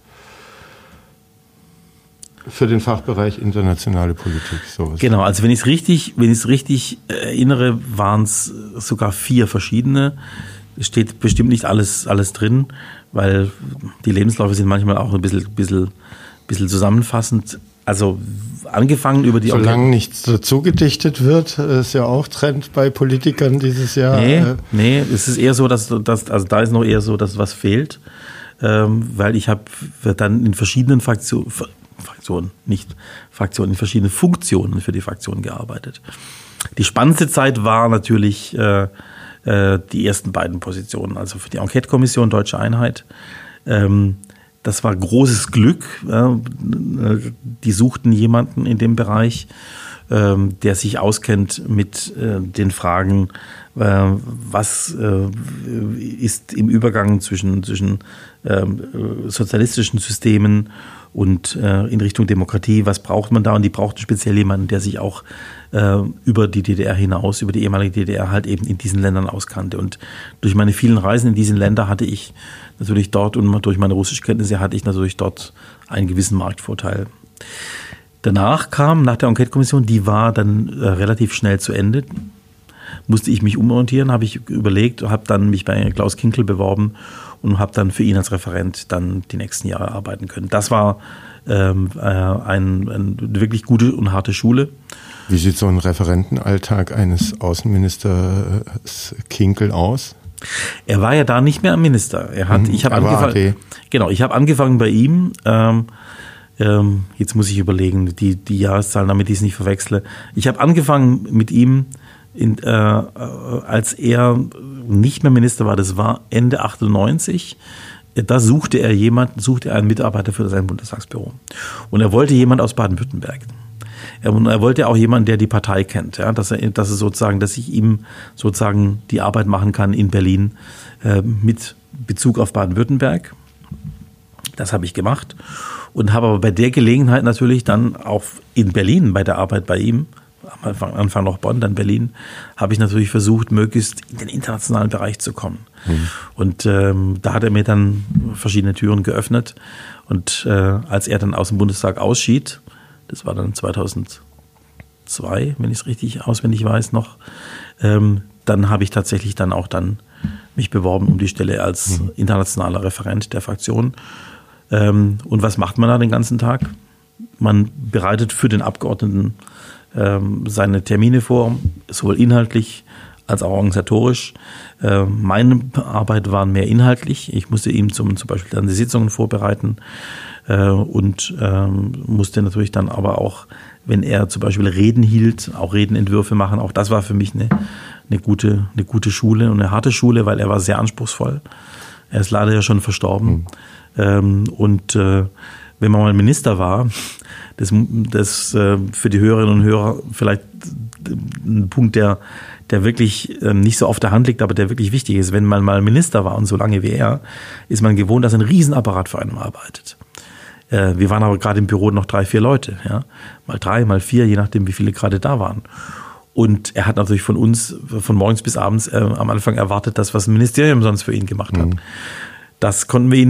für den Fachbereich internationale Politik. Sowas. Genau, also wenn ich es richtig erinnere, waren es sogar 4 verschiedene. Es steht bestimmt nicht alles drin, weil die Lebensläufe sind manchmal auch ein bisschen zusammenfassend. Also angefangen über die... Solange nichts dazu gedichtet wird, ist ja auch Trend bei Politikern dieses Jahr. Nee, es ist eher so, also da ist noch eher so, dass was fehlt, weil ich habe dann in verschiedenen Fraktionen, Fraktion, nicht Fraktion, in verschiedenen Funktionen für die Fraktion gearbeitet. Die spannendste Zeit war natürlich die ersten beiden Positionen, also für die Enquete-Kommission Deutsche Einheit. Das war großes Glück. Die suchten jemanden in dem Bereich, der sich auskennt mit den Fragen, was ist im Übergang zwischen sozialistischen Systemen und in Richtung Demokratie, was braucht man da? Und die brauchten speziell jemanden, der sich auch über die DDR hinaus, über die ehemalige DDR halt eben in diesen Ländern auskannte. Und durch meine vielen Reisen in diesen Länder hatte ich natürlich dort und durch meine Russischkenntnisse hatte ich natürlich dort einen gewissen Marktvorteil. Danach kam, nach der Enquete-Kommission, die war dann relativ schnell zu Ende, musste ich mich umorientieren, habe ich überlegt, habe dann mich bei Klaus Kinkel beworben und habe dann für ihn als Referent dann die nächsten Jahre arbeiten können. Das war eine wirklich gute und harte Schule. Wie sieht so ein Referentenalltag eines Außenministers Kinkel aus? Er war ja da nicht mehr Minister. Ich habe angefangen bei ihm. Jetzt muss ich überlegen, die Jahreszahlen, damit ich es nicht verwechsle. Ich habe angefangen mit ihm, als er nicht mehr Minister war. Das war Ende 98. Da suchte er einen Mitarbeiter für sein Bundestagsbüro. Und er wollte jemand aus Baden-Württemberg. Er wollte auch jemanden, der die Partei kennt, ja, dass ich ihm sozusagen die Arbeit machen kann in Berlin mit Bezug auf Baden-Württemberg. Das habe ich gemacht und habe aber bei der Gelegenheit natürlich dann auch in Berlin bei der Arbeit bei ihm, am Anfang noch Bonn, dann Berlin, habe ich natürlich versucht, möglichst in den internationalen Bereich zu kommen. Und da hat er mir dann verschiedene Türen geöffnet. Und als er dann aus dem Bundestag ausschied, das war dann 2002, wenn ich es richtig auswendig weiß noch, dann habe ich tatsächlich dann mich beworben um die Stelle als internationaler Referent der Fraktion. Und was macht man da den ganzen Tag? Man bereitet für den Abgeordneten seine Termine vor, sowohl inhaltlich als auch organisatorisch. Meine Arbeit war mehr inhaltlich. Ich musste ihm zum Beispiel dann die Sitzungen vorbereiten und musste natürlich dann aber auch, wenn er zum Beispiel Reden hielt, auch Redenentwürfe machen. Auch das war für mich eine gute Schule und eine harte Schule, weil er war sehr anspruchsvoll. Er ist leider ja schon verstorben. Und wenn man mal Minister war, das für die Hörerinnen und Hörer vielleicht ein Punkt, der wirklich nicht so auf der Hand liegt, aber der wirklich wichtig ist. Wenn man mal Minister war und so lange wie er, ist man gewohnt, dass ein Riesenapparat für einen arbeitet. Wir waren aber gerade im Büro noch 3-4 Leute, ja, mal 3, mal 4, je nachdem, wie viele gerade da waren. Und er hat natürlich von uns von morgens bis abends am Anfang erwartet, das, was ein Ministerium sonst für ihn gemacht hat. Das konnten wir ihm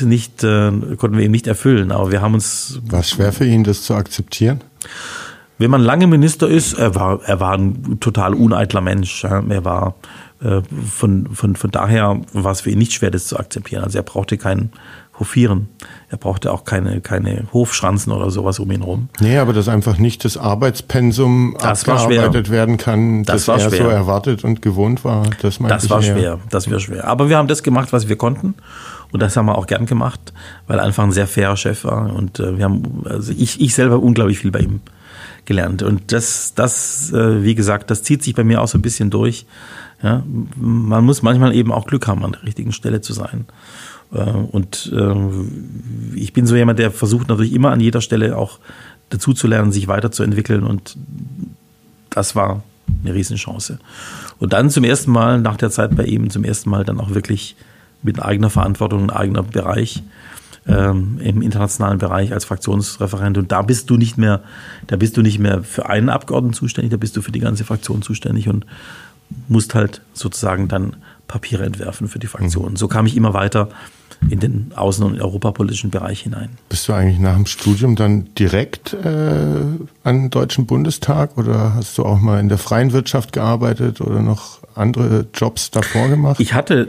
nicht erfüllen, aber wir haben uns. War es schwer für ihn, das zu akzeptieren? Wenn man lange Minister ist, er war ein total uneitler Mensch. Er war von daher war es für ihn nicht schwer, das zu akzeptieren. Also er brauchte kein Hofieren. Er brauchte auch keine Hofschranzen oder sowas um ihn rum. Nee, aber dass einfach nicht das Arbeitspensum abgearbeitet werden kann, das er so erwartet und gewohnt war. Das war schwer. Aber wir haben das gemacht, was wir konnten. Und das haben wir auch gern gemacht, weil er einfach ein sehr fairer Chef war. Und ich selber unglaublich viel bei ihm gelernt. Und das, wie gesagt, das zieht sich bei mir auch so ein bisschen durch. Ja, man muss manchmal eben auch Glück haben, an der richtigen Stelle zu sein. Und ich bin so jemand, der versucht natürlich immer an jeder Stelle auch dazu zu lernen, sich weiterzuentwickeln. Und das war eine Riesenchance. Und dann zum ersten Mal, nach der Zeit bei ihm, dann auch wirklich mit eigener Verantwortung, ein eigener Bereich im internationalen Bereich als Fraktionsreferent. Und da bist du nicht mehr für einen Abgeordneten zuständig, da bist du für die ganze Fraktion zuständig und musst halt sozusagen dann Papiere entwerfen für die Fraktion. So kam ich immer weiter in den außen- und europapolitischen Bereich hinein. Bist du eigentlich nach dem Studium dann direkt an den Deutschen Bundestag oder hast du auch mal in der freien Wirtschaft gearbeitet oder noch andere Jobs davor gemacht? Ich hatte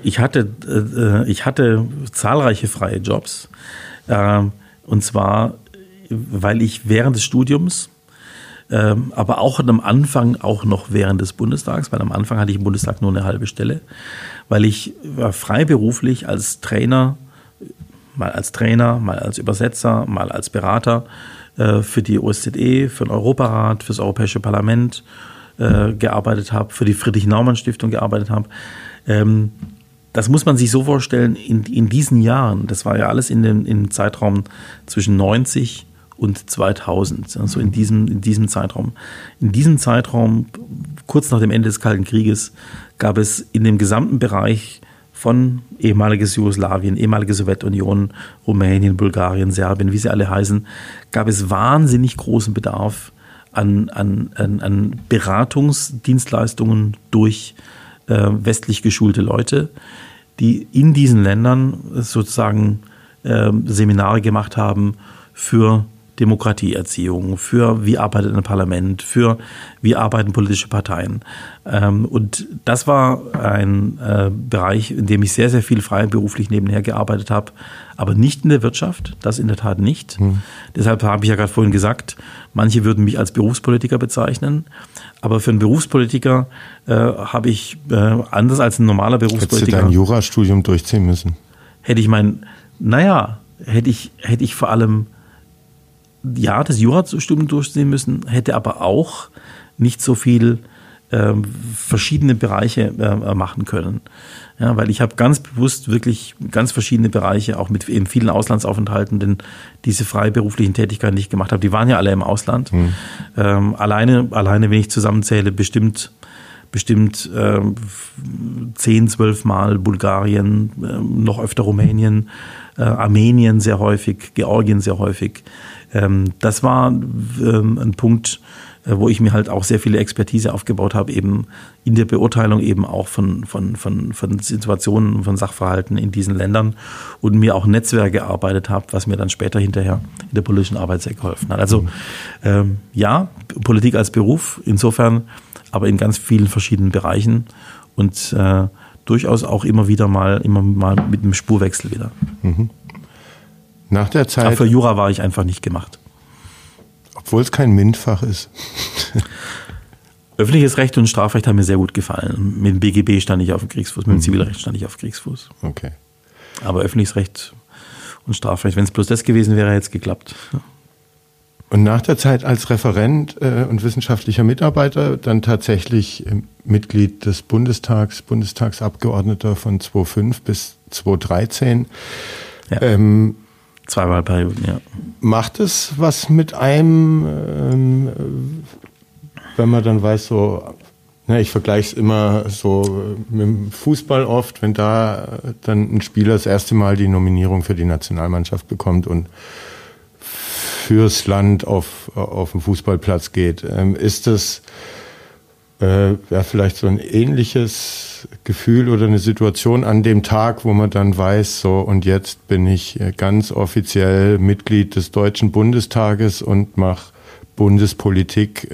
zahlreiche freie Jobs und zwar, weil ich während des Studiums aber auch am Anfang auch noch während des Bundestags, weil am Anfang hatte ich im Bundestag nur eine halbe Stelle, weil ich freiberuflich als Trainer mal als Trainer, mal als Übersetzer, mal als Berater für die OSZE, für den Europarat, für das Europäische Parlament gearbeitet habe, für die Friedrich-Naumann-Stiftung gearbeitet habe. Das muss man sich so vorstellen, in diesen Jahren, das war ja alles im Zeitraum zwischen 90 und 2000, also in diesem Zeitraum. In diesem Zeitraum, kurz nach dem Ende des Kalten Krieges, gab es in dem gesamten Bereich von ehemaliges Jugoslawien, ehemalige Sowjetunion, Rumänien, Bulgarien, Serbien, wie sie alle heißen, gab es wahnsinnig großen Bedarf an Beratungsdienstleistungen durch westlich geschulte Leute, die in diesen Ländern sozusagen Seminare gemacht haben für Demokratieerziehung, für wie arbeitet ein Parlament, für wie arbeiten politische Parteien. Und das war ein Bereich, in dem ich sehr, sehr viel freiberuflich nebenher gearbeitet habe, aber nicht in der Wirtschaft, das in der Tat nicht. Deshalb habe ich ja gerade vorhin gesagt, manche würden mich als Berufspolitiker bezeichnen, aber für einen Berufspolitiker habe ich, anders als ein normaler Berufspolitiker... Hättest du dein Jurastudium durchziehen müssen? Hätte ich vor allem das Jurastudium durchziehen müssen, hätte aber auch nicht so viel verschiedene Bereiche machen können. Ja, weil ich habe ganz bewusst wirklich ganz verschiedene Bereiche, auch mit eben vielen Auslandsaufenthalten, denn diese freiberuflichen Tätigkeiten, die ich gemacht habe, die waren ja alle im Ausland. Alleine, wenn ich zusammenzähle, bestimmt 10, 12 Mal Bulgarien, noch öfter Rumänien, Armenien sehr häufig, Georgien sehr häufig. Das war ein Punkt, wo ich mir halt auch sehr viele Expertise aufgebaut habe, eben in der Beurteilung eben auch von Situationen, von Sachverhalten in diesen Ländern und mir auch Netzwerke erarbeitet habe, was mir dann später hinterher in der politischen Arbeit sehr geholfen hat. Also ja, Politik als Beruf insofern, aber in ganz vielen verschiedenen Bereichen und durchaus auch immer mal mit einem Spurwechsel wieder. Nach der Zeit. Aber für Jura war ich einfach nicht gemacht. Obwohl es kein MINT-Fach ist. Öffentliches Recht und Strafrecht haben mir sehr gut gefallen. Mit dem BGB stand ich auf dem Kriegsfuß, mit dem Zivilrecht stand ich auf Kriegsfuß. Okay. Aber öffentliches Recht und Strafrecht, wenn es bloß das gewesen wäre, hätte es geklappt. Und nach der Zeit als Referent und wissenschaftlicher Mitarbeiter dann tatsächlich Mitglied des Bundestags, Bundestagsabgeordneter von 2005 bis 2013. Ja. 2 Wahlperioden, ja. Macht es was mit einem, wenn man dann weiß, so, ich vergleiche es immer so mit dem Fußball oft, wenn da dann ein Spieler das erste Mal die Nominierung für die Nationalmannschaft bekommt und fürs Land auf den Fußballplatz geht. Ist das vielleicht so ein ähnliches Gefühl oder eine Situation an dem Tag, wo man dann weiß, so und jetzt bin ich ganz offiziell Mitglied des Deutschen Bundestages und mache Bundespolitik.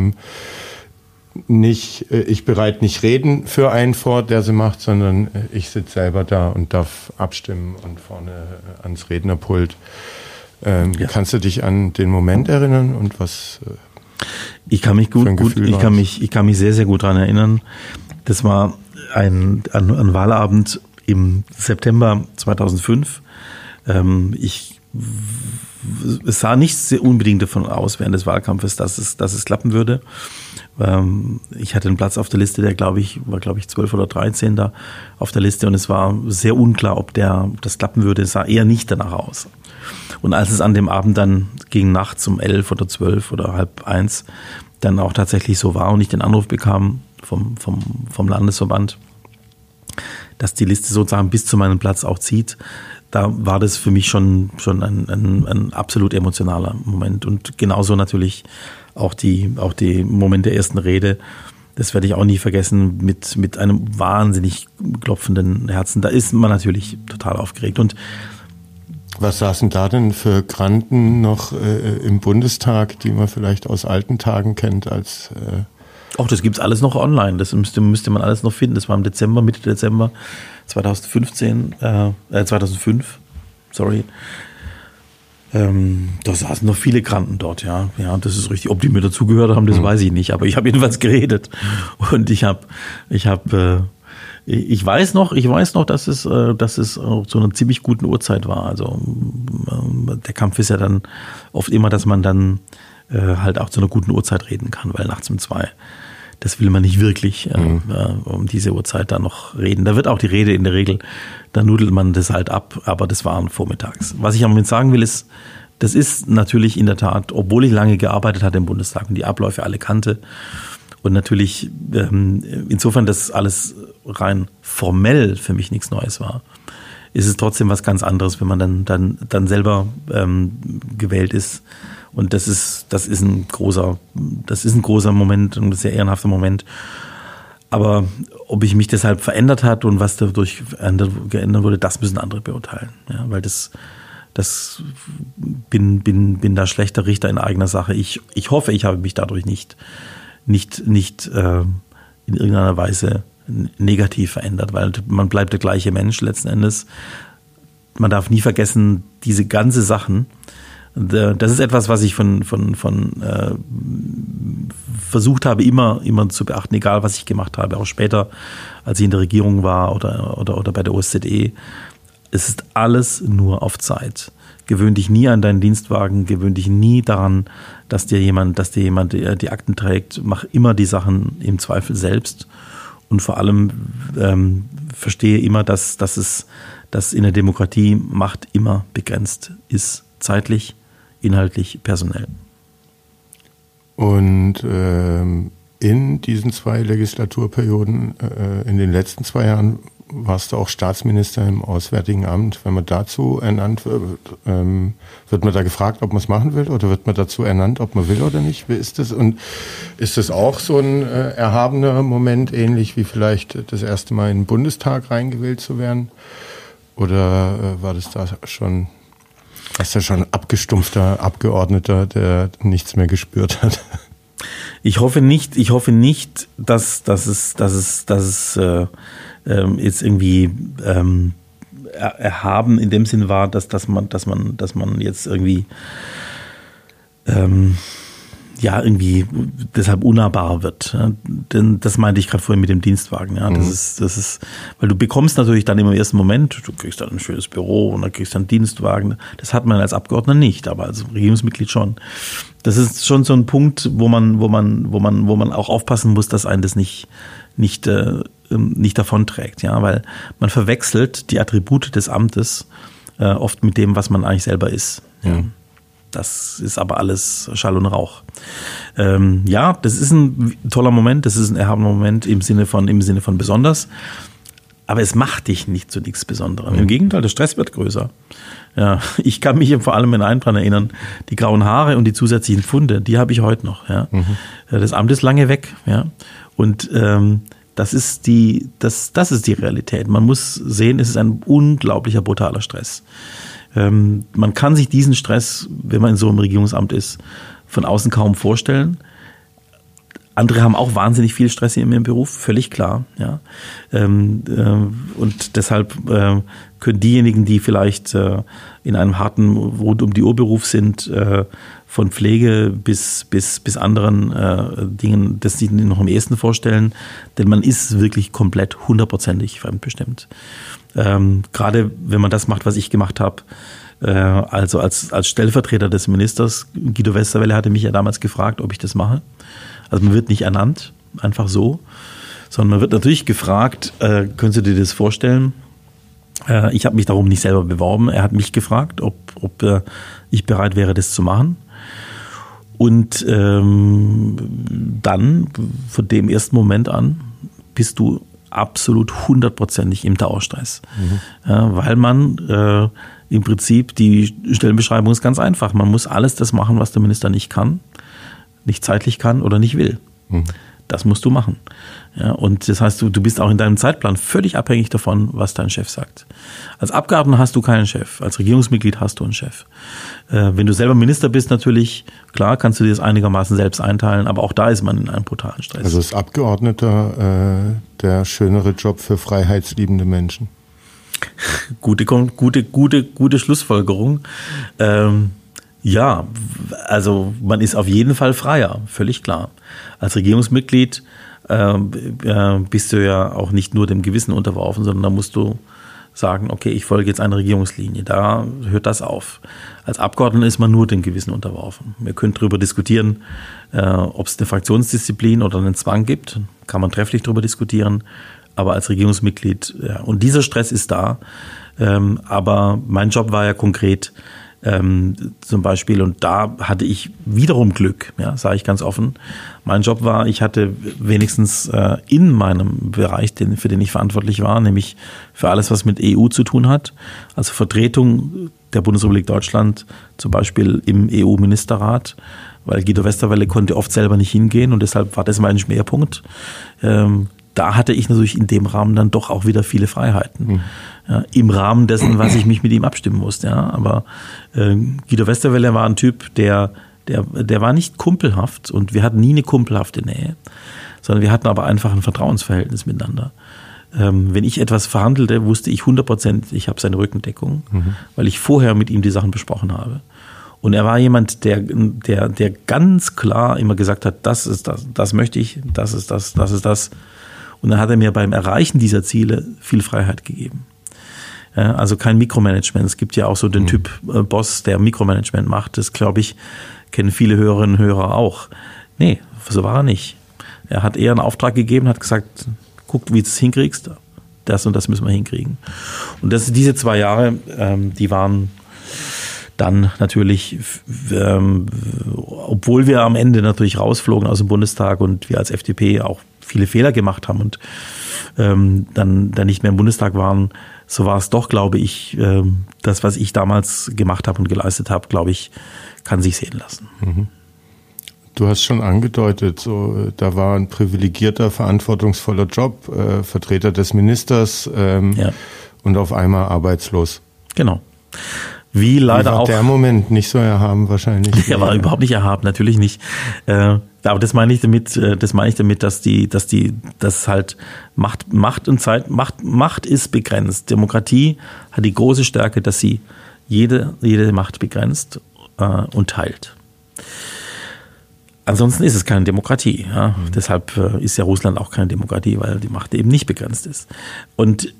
Ich bereite nicht Reden für einen vor, der sie macht, sondern ich sitze selber da und darf abstimmen und vorne ans Rednerpult. Kannst du dich an den Moment erinnern und was? Ich kann mich ich kann mich sehr, sehr gut daran erinnern. Das war ein Wahlabend im September 2005. Es sah nicht sehr unbedingt davon aus während des Wahlkampfes, dass es klappen würde. Ich hatte einen Platz auf der Liste, der war 12 oder 13 da auf der Liste und es war sehr unklar, ob das klappen würde. Es sah eher nicht danach aus. Und als es an dem Abend dann gegen nachts um 11 oder 12 oder 12:30 dann auch tatsächlich so war und ich den Anruf bekam vom Landesverband, dass die Liste sozusagen bis zu meinem Platz auch zieht, da war das für mich schon ein absolut emotionaler Moment. Und genauso natürlich auch die Moment der ersten Rede. Das werde ich auch nie vergessen, mit einem wahnsinnig klopfenden Herzen. Da ist man natürlich total aufgeregt. Und was saßen da denn für Granden noch im Bundestag, die man vielleicht aus alten Tagen kennt als... Auch das gibt's alles noch online. Das müsste man alles noch finden. Das war im Dezember, Mitte Dezember 2005, sorry. Da saßen noch viele Granden dort, ja. Ja, das ist richtig. Ob die mir dazugehört haben, das weiß ich nicht. Aber ich habe jedenfalls geredet. Und ich habe Ich weiß noch, dass es zu einer ziemlich guten Uhrzeit war. Also der Kampf ist ja dann oft immer, dass man dann halt auch zu einer guten Uhrzeit reden kann, weil nachts um 2, das will man nicht wirklich um diese Uhrzeit dann noch reden. Da wird auch die Rede in der Regel, da nudelt man das halt ab, aber das war vormittags. Was ich damit sagen will, ist, das ist natürlich in der Tat, obwohl ich lange gearbeitet hatte im Bundestag und die Abläufe alle kannte und natürlich insofern das alles rein formell für mich nichts Neues war, ist es trotzdem was ganz anderes, wenn man dann selber gewählt ist. Und das ist ein großer Moment, ein sehr ehrenhafter Moment. Aber ob ich mich deshalb verändert hat und was dadurch geändert wurde, das müssen andere beurteilen. Ja, weil bin da schlechter Richter in eigener Sache. Ich hoffe, ich habe mich dadurch nicht in irgendeiner Weise negativ verändert, weil man bleibt der gleiche Mensch letzten Endes. Man darf nie vergessen, diese ganze Sachen, das ist etwas, was ich versucht habe, immer zu beachten, egal was ich gemacht habe, auch später, als ich in der Regierung war oder bei der OSZE. Es ist alles nur auf Zeit. Gewöhn dich nie an deinen Dienstwagen, gewöhn dich nie daran, dass dir jemand die Akten trägt. Mach immer die Sachen im Zweifel selbst und vor allem verstehe immer, dass in der Demokratie Macht immer begrenzt ist, zeitlich, inhaltlich, personell. Und in diesen 2 Legislaturperioden, in den letzten 2 Jahren, warst du auch Staatsminister im Auswärtigen Amt. Wenn man dazu ernannt wird, wird man da gefragt, ob man es machen will, oder wird man dazu ernannt, ob man will oder nicht? Wie ist das? Und ist das auch so ein erhabener Moment, ähnlich wie vielleicht das erste Mal in den Bundestag reingewählt zu werden? Oder war das da schon, warst du schon abgestumpfter Abgeordneter, der nichts mehr gespürt hat? Ich hoffe nicht, dass es jetzt irgendwie erhaben in dem Sinn war, dass man jetzt irgendwie irgendwie deshalb unnahbar wird. Ja? Denn das meinte ich gerade vorhin mit dem Dienstwagen. Ja? Das ist, weil du bekommst natürlich dann im ersten Moment, du kriegst dann ein schönes Büro und dann kriegst du einen Dienstwagen. Das hat man als Abgeordneter nicht, aber als Regierungsmitglied schon. Das ist schon so ein Punkt, wo man auch aufpassen muss, dass einen das nicht davonträgt, ja, weil man verwechselt die Attribute des Amtes oft mit dem, was man eigentlich selber ist. Ja. Das ist aber alles Schall und Rauch. Das ist ein toller Moment, das ist ein erhabener Moment im Sinne von besonders, aber es macht dich nicht zu nichts Besonderem. Im Gegenteil, der Stress wird größer. Ja, ich kann mich vor allem in einen dran erinnern, die grauen Haare und die zusätzlichen Pfunde, die habe ich heute noch. Ja. Das Amt ist lange weg, ja, und das ist die Realität. Man muss sehen, es ist ein unglaublicher brutaler Stress. Man kann sich diesen Stress, wenn man in so einem Regierungsamt ist, von außen kaum vorstellen. Andere haben auch wahnsinnig viel Stress in ihrem Beruf, völlig klar. Ja. Und deshalb können diejenigen, die vielleicht in einem harten Rund-um-die-Uhr-Beruf sind, von Pflege bis anderen Dingen, das sich noch am ehesten vorstellen, denn man ist wirklich komplett 100%ig fremdbestimmt. Gerade wenn man das macht, was ich gemacht habe, also als Stellvertreter des Ministers, Guido Westerwelle hatte mich ja damals gefragt, ob ich das mache. Also man wird nicht ernannt, einfach so, sondern man wird natürlich gefragt, können Sie dir das vorstellen? Ich habe mich darum nicht selber beworben. Er hat mich gefragt, ob ich bereit wäre, das zu machen. Und dann, von dem ersten Moment an, bist du absolut 100%ig im Dauerstress. Weil man im Prinzip, die Stellenbeschreibung ist ganz einfach. Man muss alles das machen, was der Minister nicht kann, nicht zeitlich kann oder nicht will. Das musst du machen. Ja, und das heißt, du bist auch in deinem Zeitplan völlig abhängig davon, was dein Chef sagt. Als Abgeordneter hast du keinen Chef, als Regierungsmitglied hast du einen Chef. Wenn du selber Minister bist, natürlich, klar, kannst du dir das einigermaßen selbst einteilen, aber auch da ist man in einem brutalen Stress. Also ist Abgeordneter der schönere Job für freiheitsliebende Menschen? Gute Schlussfolgerung. Ja, also man ist auf jeden Fall freier, völlig klar. Als Regierungsmitglied bist du ja auch nicht nur dem Gewissen unterworfen, sondern da musst du sagen, okay, ich folge jetzt einer Regierungslinie. Da hört das auf. Als Abgeordneter ist man nur dem Gewissen unterworfen. Wir können darüber diskutieren, ob es eine Fraktionsdisziplin oder einen Zwang gibt. Kann man trefflich darüber diskutieren. Aber als Regierungsmitglied, ja, und dieser Stress ist da. Aber mein Job war ja konkret, zum Beispiel, und da hatte ich wiederum Glück, ja, sage ich ganz offen. Mein Job war, ich hatte wenigstens in meinem Bereich, für den ich verantwortlich war, nämlich für alles, was mit EU zu tun hat, also Vertretung der Bundesrepublik Deutschland, zum Beispiel im EU-Ministerrat, weil Guido Westerwelle konnte oft selber nicht hingehen und deshalb war das mein Schwerpunkt. Da hatte ich natürlich in dem Rahmen dann doch auch wieder viele Freiheiten. Ja, im Rahmen dessen, was ich mich mit ihm abstimmen musste. Ja. Aber Guido Westerwelle war ein Typ, der war nicht kumpelhaft und wir hatten nie eine kumpelhafte Nähe, sondern wir hatten aber einfach ein Vertrauensverhältnis miteinander. Wenn ich etwas verhandelte, wusste ich 100%, ich habe seine Rückendeckung, weil ich vorher mit ihm die Sachen besprochen habe. Und er war jemand, der ganz klar immer gesagt hat, das ist das, das möchte ich, das ist das, das ist das. Und dann hat er mir beim Erreichen dieser Ziele viel Freiheit gegeben. Also kein Mikromanagement. Es gibt ja auch so den Typ Boss, der Mikromanagement macht. Das, glaube ich, kennen viele Hörerinnen und Hörer auch. Nee, so war er nicht. Er hat eher einen Auftrag gegeben, hat gesagt, guck, wie du es hinkriegst. Das und das müssen wir hinkriegen. Und diese 2 Jahre, die waren dann natürlich, obwohl wir am Ende natürlich rausflogen aus dem Bundestag und wir als FDP auch viele Fehler gemacht haben und dann nicht mehr im Bundestag waren, so war es doch, glaube ich, das, was ich damals gemacht habe und geleistet habe, glaube ich, kann sich sehen lassen. Du hast schon angedeutet, so da war ein privilegierter, verantwortungsvoller Job, Vertreter des Ministers und auf einmal arbeitslos. Genau. Wie leider auch. Der Moment nicht so erhaben wahrscheinlich. Der war überhaupt nicht erhaben, natürlich nicht. Aber das meine ich damit, dass halt Macht und Zeit, Macht ist begrenzt. Demokratie hat die große Stärke, dass sie jede Macht begrenzt und teilt. Ansonsten ist es keine Demokratie. Ja? Deshalb ist ja Russland auch keine Demokratie, weil die Macht eben nicht begrenzt ist. Und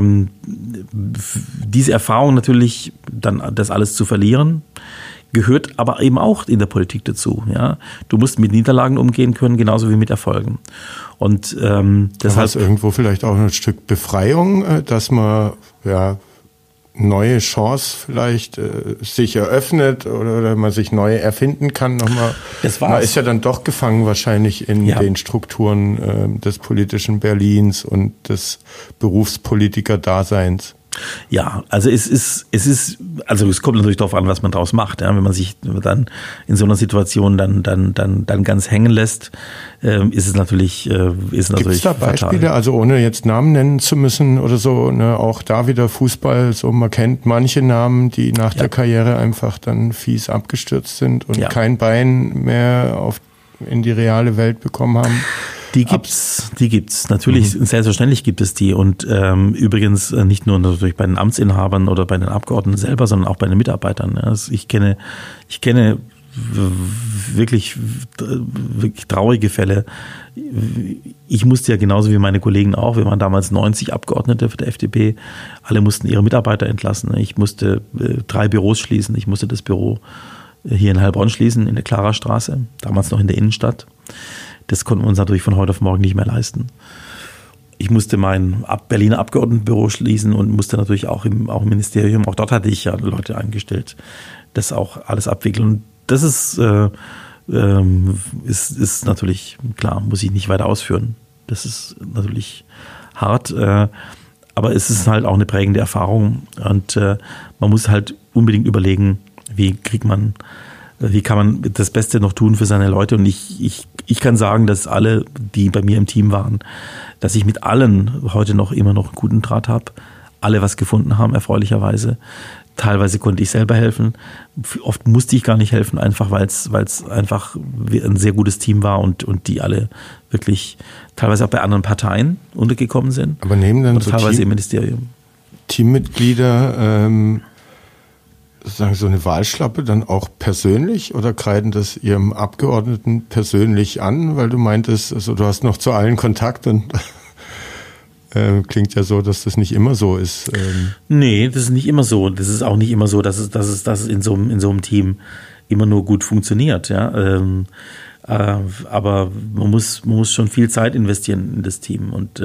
diese Erfahrung natürlich, dann das alles zu verlieren, gehört aber eben auch in der Politik dazu. Ja? Du musst mit Niederlagen umgehen können, genauso wie mit Erfolgen. Und deshalb ist irgendwo vielleicht auch ein Stück Befreiung, dass man neue Chance vielleicht sich eröffnet oder man sich neu erfinden kann nochmal. Man ist ja dann doch gefangen wahrscheinlich in den Strukturen des politischen Berlins und des Berufspolitiker-Daseins. Ja, also es kommt natürlich darauf an, was man draus macht. Ja? Wenn man sich dann in so einer Situation dann ganz hängen lässt, ist es natürlich Gibt es da Beispiele, fatal. Also ohne jetzt Namen nennen zu müssen oder so, ne, auch da wieder Fußball, so man kennt manche Namen, die nach der Karriere einfach dann fies abgestürzt sind und kein Bein mehr in die reale Welt bekommen haben. Die gibt's. Natürlich, selbstverständlich gibt es die. Und übrigens nicht nur natürlich bei den Amtsinhabern oder bei den Abgeordneten selber, sondern auch bei den Mitarbeitern. Ja. Also ich kenne wirklich traurige Fälle. Ich musste ja genauso wie meine Kollegen auch, wir waren damals 90 Abgeordnete für der FDP, alle mussten ihre Mitarbeiter entlassen. Ich musste 3 Büros schließen. Ich musste das Büro hier in Heilbronn schließen, in der Klarastraße, damals noch in der Innenstadt. Das konnten wir uns natürlich von heute auf morgen nicht mehr leisten. Ich musste mein Berliner Abgeordnetenbüro schließen und musste natürlich auch im Ministerium, auch dort hatte ich ja Leute eingestellt, das auch alles abwickeln. Und das ist natürlich, klar, muss ich nicht weiter ausführen. Das ist natürlich hart, aber es ist halt auch eine prägende Erfahrung und man muss halt unbedingt überlegen, wie kann man das Beste noch tun für seine Leute? Und ich kann sagen, dass alle, die bei mir im Team waren, dass ich mit allen heute noch immer noch einen guten Draht habe. Alle was gefunden haben, erfreulicherweise. Teilweise konnte ich selber helfen. Oft musste ich gar nicht helfen, einfach weil es einfach ein sehr gutes Team war und die alle wirklich teilweise auch bei anderen Parteien untergekommen sind. Aber nehmen dann so teilweise im Ministerium. Teammitglieder sagen so eine Wahlschlappe dann auch persönlich oder kreiden das Ihrem Abgeordneten persönlich an, weil du meintest, also du hast noch zu allen Kontakt und klingt ja so, dass das nicht immer so ist. Nee, das ist nicht immer so. Das ist auch nicht immer so, dass es in so einem Team immer nur gut funktioniert. Ja? Aber man muss schon viel Zeit investieren in das Team. Und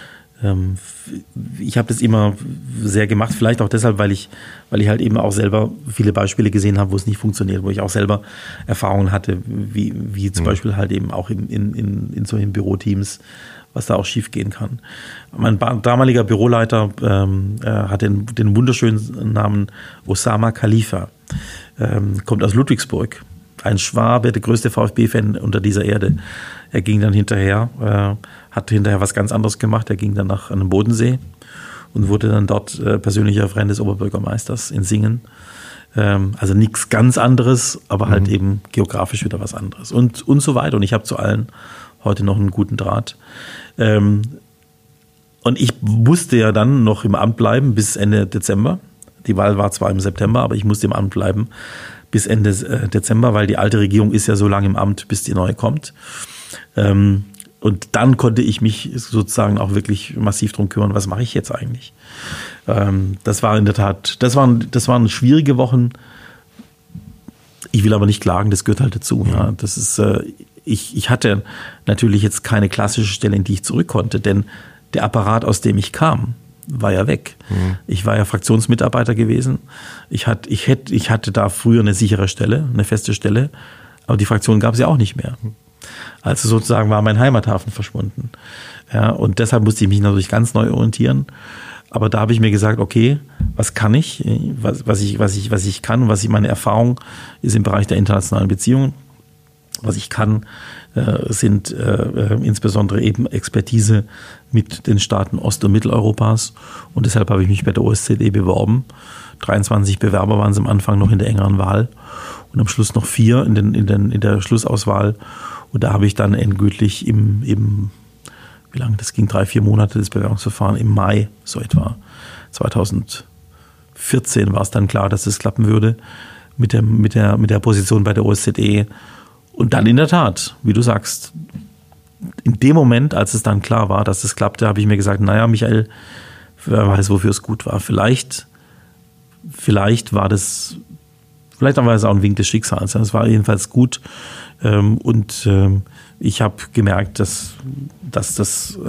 ich habe das immer sehr gemacht, vielleicht auch deshalb, weil ich halt eben auch selber viele Beispiele gesehen habe, wo es nicht funktioniert, wo ich auch selber Erfahrungen hatte, wie zum Beispiel halt eben auch in solchen Büroteams, was da auch schief gehen kann. Mein damaliger Büroleiter hat den wunderschönen Namen Osama Khalifa, kommt aus Ludwigsburg, ein Schwabe, der größte VfB-Fan unter dieser Erde. Er ging dann hat hinterher was ganz anderes gemacht. Er ging dann an den Bodensee und wurde dann dort persönlicher Freund des Oberbürgermeisters in Singen. Also nichts ganz anderes, aber halt eben geografisch wieder was anderes. Und so weiter. Und ich habe zu allen heute noch einen guten Draht. Und ich musste ja dann noch im Amt bleiben bis Ende Dezember. Die Wahl war zwar im September, aber ich musste im Amt bleiben bis Ende Dezember, weil die alte Regierung ist ja so lange im Amt, bis die neue kommt. Und dann konnte ich mich sozusagen auch wirklich massiv drum kümmern, was mache ich jetzt eigentlich? Das war in der Tat, das waren schwierige Wochen. Ich will aber nicht klagen, das gehört halt dazu. Ja. Das ist, ich hatte natürlich jetzt keine klassische Stelle, in die ich zurück konnte, denn der Apparat, aus dem ich kam, war ja weg. Ich war ja Fraktionsmitarbeiter gewesen. Ich hatte da früher eine sichere Stelle, eine feste Stelle, aber die Fraktion gab es ja auch nicht mehr. Also sozusagen war mein Heimathafen verschwunden. Ja, und deshalb musste ich mich natürlich ganz neu orientieren. Aber da habe ich mir gesagt, okay, was kann ich? Was ich kann, meine Erfahrung ist im Bereich der internationalen Beziehungen. Was ich kann, sind insbesondere eben Expertise mit den Staaten Ost- und Mitteleuropas. Und deshalb habe ich mich bei der OSZE beworben. 23 Bewerber waren es am Anfang noch in der engeren Wahl und am Schluss noch 4 in der Schlussauswahl. Und da habe ich dann endgültig wie lange, das ging 3-4 Monate, das Bewerbungsverfahren, im Mai, so etwa 2014 war es dann klar, dass es klappen würde mit der Position bei der OSZE. Und dann in der Tat, wie du sagst, in dem Moment, als es dann klar war, dass es klappte, habe ich mir gesagt, naja, Michael, wer weiß, wofür es gut war. Vielleicht war es auch ein Wink des Schicksals. Es war jedenfalls gut. Und ich habe gemerkt, dass das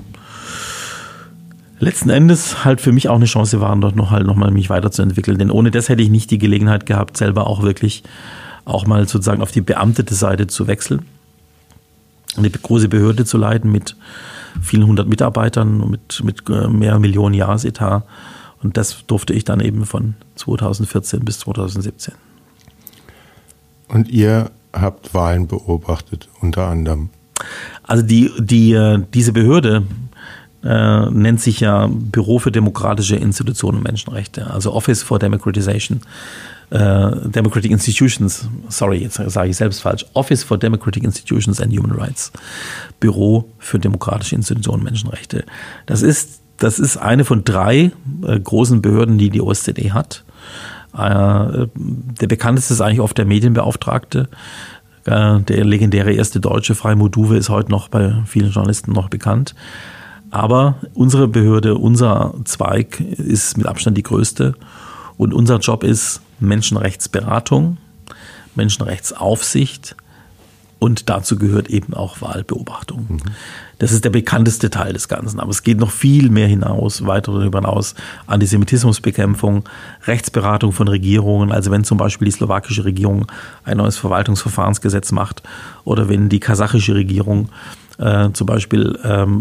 letzten Endes halt für mich auch eine Chance war, dort noch mal mich weiterzuentwickeln. Denn ohne das hätte ich nicht die Gelegenheit gehabt, selber auch wirklich auch mal sozusagen auf die beamtete Seite zu wechseln, eine große Behörde zu leiten mit vielen hundert Mitarbeitern, mit mehreren Millionen Jahresetat. Und das durfte ich dann eben von 2014 bis 2017. Und ihr habt Wahlen beobachtet, unter anderem? Also diese Behörde nennt sich ja Büro für demokratische Institutionen und Menschenrechte, also Office for Democratization, Democratic Institutions, sorry, jetzt sage ich selbst falsch, Office for Democratic Institutions and Human Rights, Büro für demokratische Institutionen und Menschenrechte. Das ist eine von 3 großen Behörden, die die OSZE hat. Der bekannteste ist eigentlich oft der Medienbeauftragte. Der legendäre erste Deutsche, Freimut Duwe, ist heute noch bei vielen Journalisten noch bekannt. Aber unsere Behörde, unser Zweig ist mit Abstand die größte. Und unser Job ist Menschenrechtsberatung, Menschenrechtsaufsicht und dazu gehört eben auch Wahlbeobachtung. Das ist der bekannteste Teil des Ganzen. Aber es geht noch viel mehr weiter darüber hinaus. Antisemitismusbekämpfung, Rechtsberatung von Regierungen. Also wenn zum Beispiel die slowakische Regierung ein neues Verwaltungsverfahrensgesetz macht oder wenn die kasachische Regierung zum Beispiel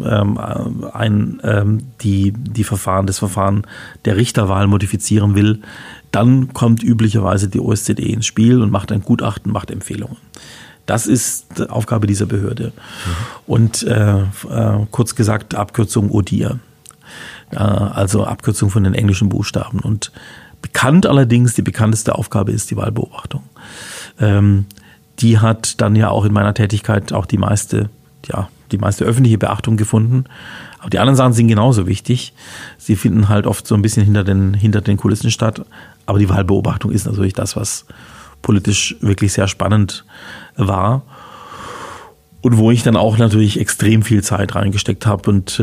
das Verfahren der Richterwahl modifizieren will, dann kommt üblicherweise die OSZE ins Spiel und macht ein Gutachten, macht Empfehlungen. Das ist die Aufgabe dieser Behörde. Und kurz gesagt, Abkürzung ODIHR, also Abkürzung von den englischen Buchstaben. Und die bekannteste Aufgabe ist die Wahlbeobachtung. Die hat dann ja auch in meiner Tätigkeit auch die meiste öffentliche Beachtung gefunden. Aber die anderen Sachen sind genauso wichtig. Sie finden halt oft so ein bisschen hinter den Kulissen statt. Aber die Wahlbeobachtung ist natürlich das, was politisch wirklich sehr spannend war. Und wo ich dann auch natürlich extrem viel Zeit reingesteckt habe und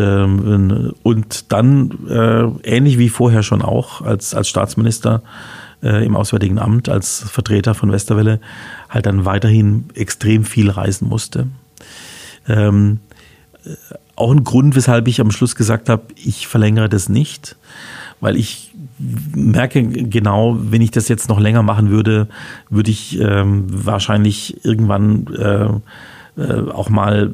dann ähnlich wie vorher schon auch als Staatsminister im Auswärtigen Amt, als Vertreter von Westerwelle, halt dann weiterhin extrem viel reisen musste. Auch ein Grund, weshalb ich am Schluss gesagt habe, ich verlängere das nicht, weil ich merke genau, wenn ich das jetzt noch länger machen würde, würde ich wahrscheinlich irgendwann auch mal,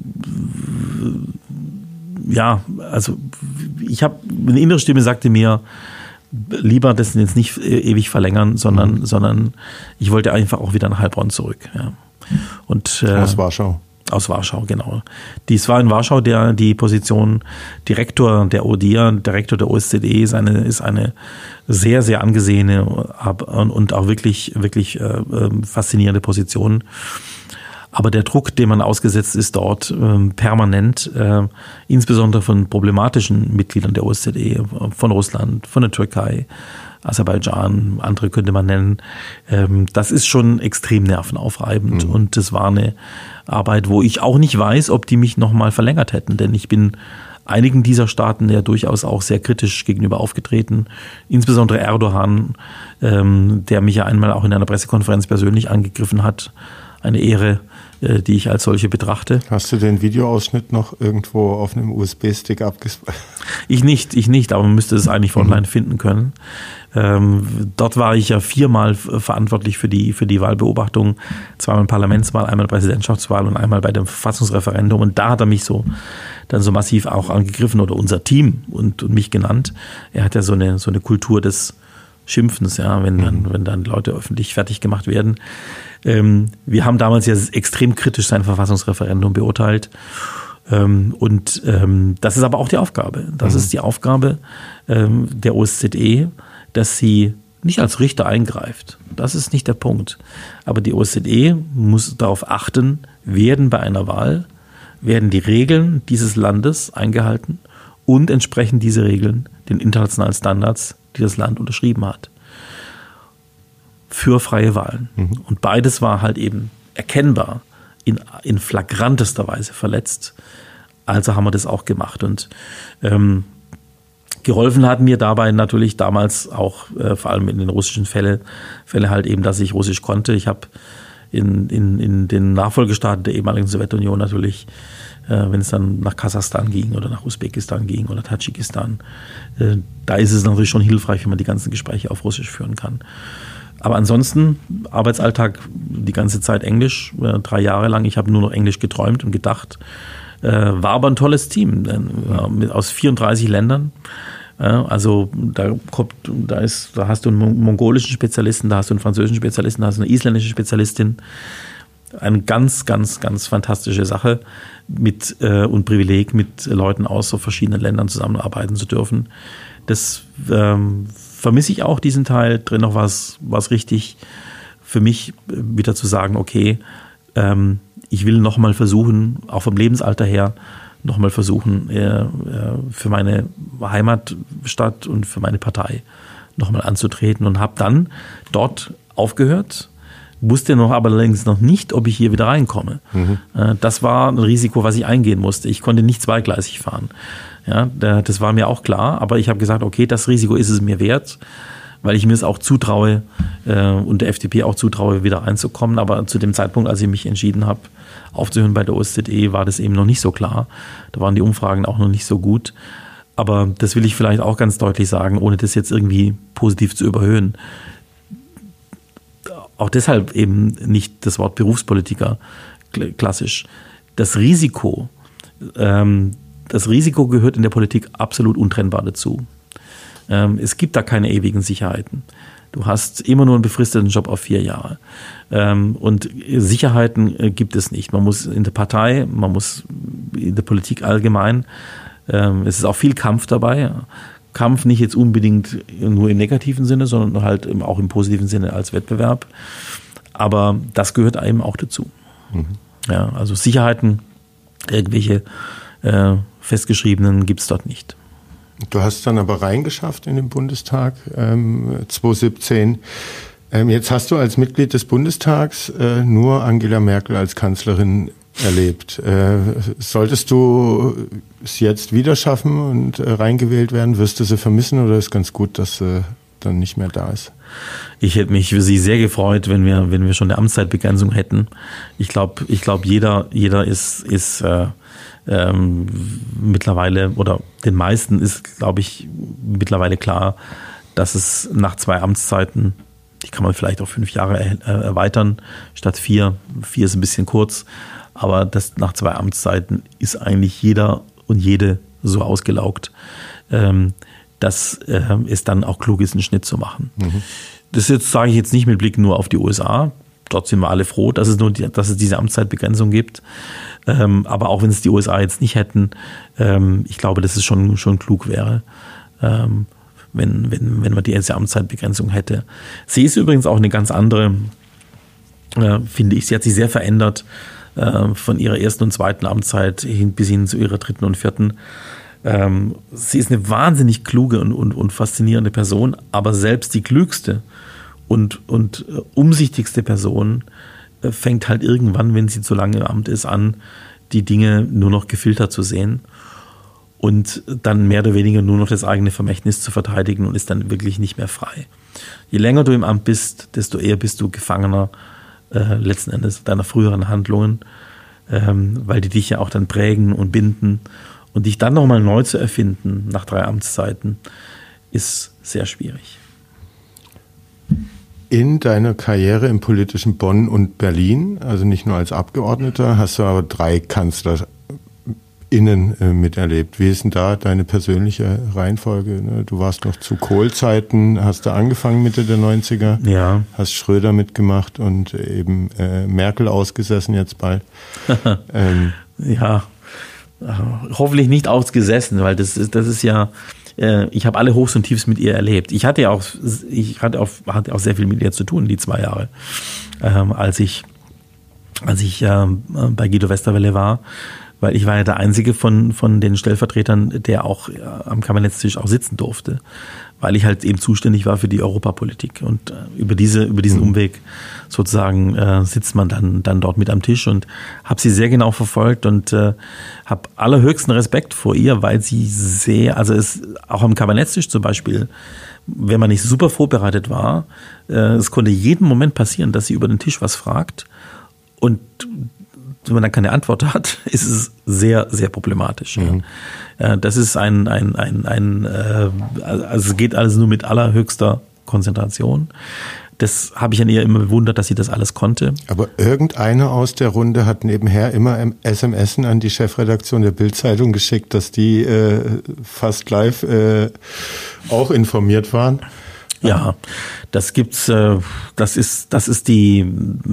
ja, also ich habe, eine innere Stimme sagte mir, lieber das jetzt nicht ewig verlängern, sondern ich wollte einfach auch wieder nach Heilbronn zurück. Ja. Und, aus Warschau. Aus Warschau, genau. Dies war in Warschau die Position Direktor der ODIHR, Direktor der OSZE ist eine sehr, sehr angesehene und auch wirklich faszinierende Position. Aber der Druck, dem man ausgesetzt ist dort permanent, insbesondere von problematischen Mitgliedern der OSZE, von Russland, von der Türkei, Aserbaidschan, andere könnte man nennen, das ist schon extrem nervenaufreibend. Und das war eine Arbeit, wo ich auch nicht weiß, ob die mich nochmal verlängert hätten, denn ich bin einigen dieser Staaten ja durchaus auch sehr kritisch gegenüber aufgetreten, insbesondere Erdogan, der mich ja einmal auch in einer Pressekonferenz persönlich angegriffen hat. Eine Ehre, die ich als solche betrachte. Hast du den Videoausschnitt noch irgendwo auf einem USB-Stick abgespeichert? Ich nicht, aber man müsste es eigentlich online finden können. Dort war ich ja 4-mal verantwortlich für die Wahlbeobachtung, zweimal Parlamentswahl, einmal Präsidentschaftswahl und einmal bei dem Verfassungsreferendum. Und da hat er mich dann so massiv auch angegriffen oder unser Team und mich genannt. Er hat ja so eine Kultur des Schimpfens, ja, wenn dann Leute öffentlich fertig gemacht werden. Wir haben damals ja extrem kritisch sein Verfassungsreferendum beurteilt. Das ist aber auch die Aufgabe. Das ist die Aufgabe der OSZE, dass sie nicht als Richter eingreift. Das ist nicht der Punkt. Aber die OSZE muss darauf achten, werden bei einer Wahl, werden die Regeln dieses Landes eingehalten und entsprechen diese Regeln den internationalen Standards, die das Land unterschrieben hat, für freie Wahlen. Und beides war halt eben erkennbar in flagrantester Weise verletzt. Also haben wir das auch gemacht. Und geholfen hat mir dabei natürlich damals auch, vor allem in den russischen Fälle halt eben, dass ich Russisch konnte. Ich habe in den Nachfolgestaaten der ehemaligen Sowjetunion natürlich, wenn es dann nach Kasachstan ging oder nach Usbekistan ging oder Tadschikistan, da ist es natürlich schon hilfreich, wenn man die ganzen Gespräche auf Russisch führen kann. Aber ansonsten, Arbeitsalltag die ganze Zeit Englisch, 3 Jahre lang. Ich habe nur noch Englisch geträumt und gedacht. War aber ein tolles Team, aus 34 Ländern. Also da hast du einen mongolischen Spezialisten, da hast du einen französischen Spezialisten, da hast du eine isländische Spezialistin. Eine ganz, ganz, ganz fantastische Sache und Privileg, mit Leuten aus so verschiedenen Ländern zusammenarbeiten zu dürfen. Das vermisse ich auch, diesen Teil. Drin noch was richtig für mich wieder zu sagen, okay, ich will nochmal versuchen, auch vom Lebensalter her, nochmal versuchen, für meine Heimatstadt und für meine Partei nochmal anzutreten und habe dann dort aufgehört, wusste aber allerdings noch nicht, ob ich hier wieder reinkomme. Das war ein Risiko, was ich eingehen musste. Ich konnte nicht zweigleisig fahren. Ja, das war mir auch klar, aber ich habe gesagt, okay, das Risiko ist es mir wert, weil ich mir es auch zutraue und der FDP auch zutraue, wieder reinzukommen. Aber zu dem Zeitpunkt, als ich mich entschieden habe, aufzuhören bei der OSZE, war das eben noch nicht so klar. Da waren die Umfragen auch noch nicht so gut. Aber das will ich vielleicht auch ganz deutlich sagen, ohne das jetzt irgendwie positiv zu überhöhen. Auch deshalb eben nicht das Wort Berufspolitiker klassisch. Das Risiko gehört in der Politik absolut untrennbar dazu. Es gibt da keine ewigen Sicherheiten. Du hast immer nur einen befristeten Job auf 4 Jahre. Und Sicherheiten gibt es nicht. Man muss in der Partei, man muss in der Politik allgemein, es ist auch viel Kampf dabei. Kampf nicht jetzt unbedingt nur im negativen Sinne, sondern halt auch im positiven Sinne als Wettbewerb. Aber das gehört eben auch dazu. Ja, also Sicherheiten, irgendwelche festgeschriebenen gibt es dort nicht. Du hast dann aber reingeschafft in den Bundestag 2017. Jetzt hast du als Mitglied des Bundestags nur Angela Merkel als Kanzlerin erlebt. Solltest du es jetzt wieder schaffen und reingewählt werden, wirst du sie vermissen oder ist ganz gut, dass sie dann nicht mehr da ist? Ich hätte mich für sie sehr gefreut, wenn wir schon eine Amtszeitbegrenzung hätten. Ich glaube, jeder ist mittlerweile, oder den meisten ist, glaube ich, mittlerweile klar, dass es nach 2 Amtszeiten, die kann man vielleicht auf 5 Jahre erweitern, statt 4. 4 ist ein bisschen kurz, aber das nach 2 Amtszeiten ist eigentlich jeder und jede so ausgelaugt, dass es dann auch klug ist, einen Schnitt zu machen. Mhm. Das jetzt sage ich jetzt nicht mit Blick nur auf die USA. Dort sind wir alle froh, dass es diese Amtszeitbegrenzung gibt. Aber auch wenn es die USA jetzt nicht hätten, ich glaube, dass es schon klug wäre, wenn man diese Amtszeitbegrenzung hätte. Sie ist übrigens auch eine ganz andere, finde ich. Sie hat sich sehr verändert von ihrer 1. und 2. Amtszeit bis hin zu ihrer 3. und 4. Sie ist eine wahnsinnig kluge und faszinierende Person, aber selbst die klügste und umsichtigste Person fängt halt irgendwann, wenn sie zu lange im Amt ist, an, die Dinge nur noch gefiltert zu sehen und dann mehr oder weniger nur noch das eigene Vermächtnis zu verteidigen und ist dann wirklich nicht mehr frei. Je länger du im Amt bist, desto eher bist du Gefangener letzten Endes deiner früheren Handlungen, weil die dich ja auch dann prägen und binden. Und dich dann nochmal neu zu erfinden nach 3 Amtszeiten ist sehr schwierig. In deiner Karriere im politischen Bonn und Berlin, also nicht nur als Abgeordneter, hast du aber 3 KanzlerInnen miterlebt. Wie ist denn da deine persönliche Reihenfolge? Du warst noch zu Kohl-Zeiten, hast du angefangen Mitte der 90er, ja. Hast Schröder mitgemacht und eben Merkel ausgesessen jetzt bald. Ja. Hoffentlich nicht ausgesessen, weil das ist ja, ich habe alle Hochs und Tiefs mit ihr erlebt. Ich hatte auch sehr viel mit ihr zu tun, die 2 Jahre, als ich bei Guido Westerwelle war, weil ich war ja der einzige von den Stellvertretern, der auch am Kabinettstisch auch sitzen durfte, weil ich halt eben zuständig war für die Europapolitik und über diesen Umweg sozusagen sitzt man dann dort mit am Tisch und habe sie sehr genau verfolgt und habe allerhöchsten Respekt vor ihr, weil sie es auch am Kabinettstisch zum Beispiel, wenn man nicht super vorbereitet war, es konnte jeden Moment passieren, dass sie über den Tisch was fragt und wenn man dann keine Antwort hat, ist es sehr, sehr problematisch. Mhm. Das ist also es geht alles nur mit allerhöchster Konzentration. Das habe ich an ihr immer bewundert, dass sie das alles konnte. Aber irgendeiner aus der Runde hat nebenher immer SMSen an die Chefredaktion der Bild-Zeitung geschickt, dass die fast live auch informiert waren. Ja, das gibt's, das ist die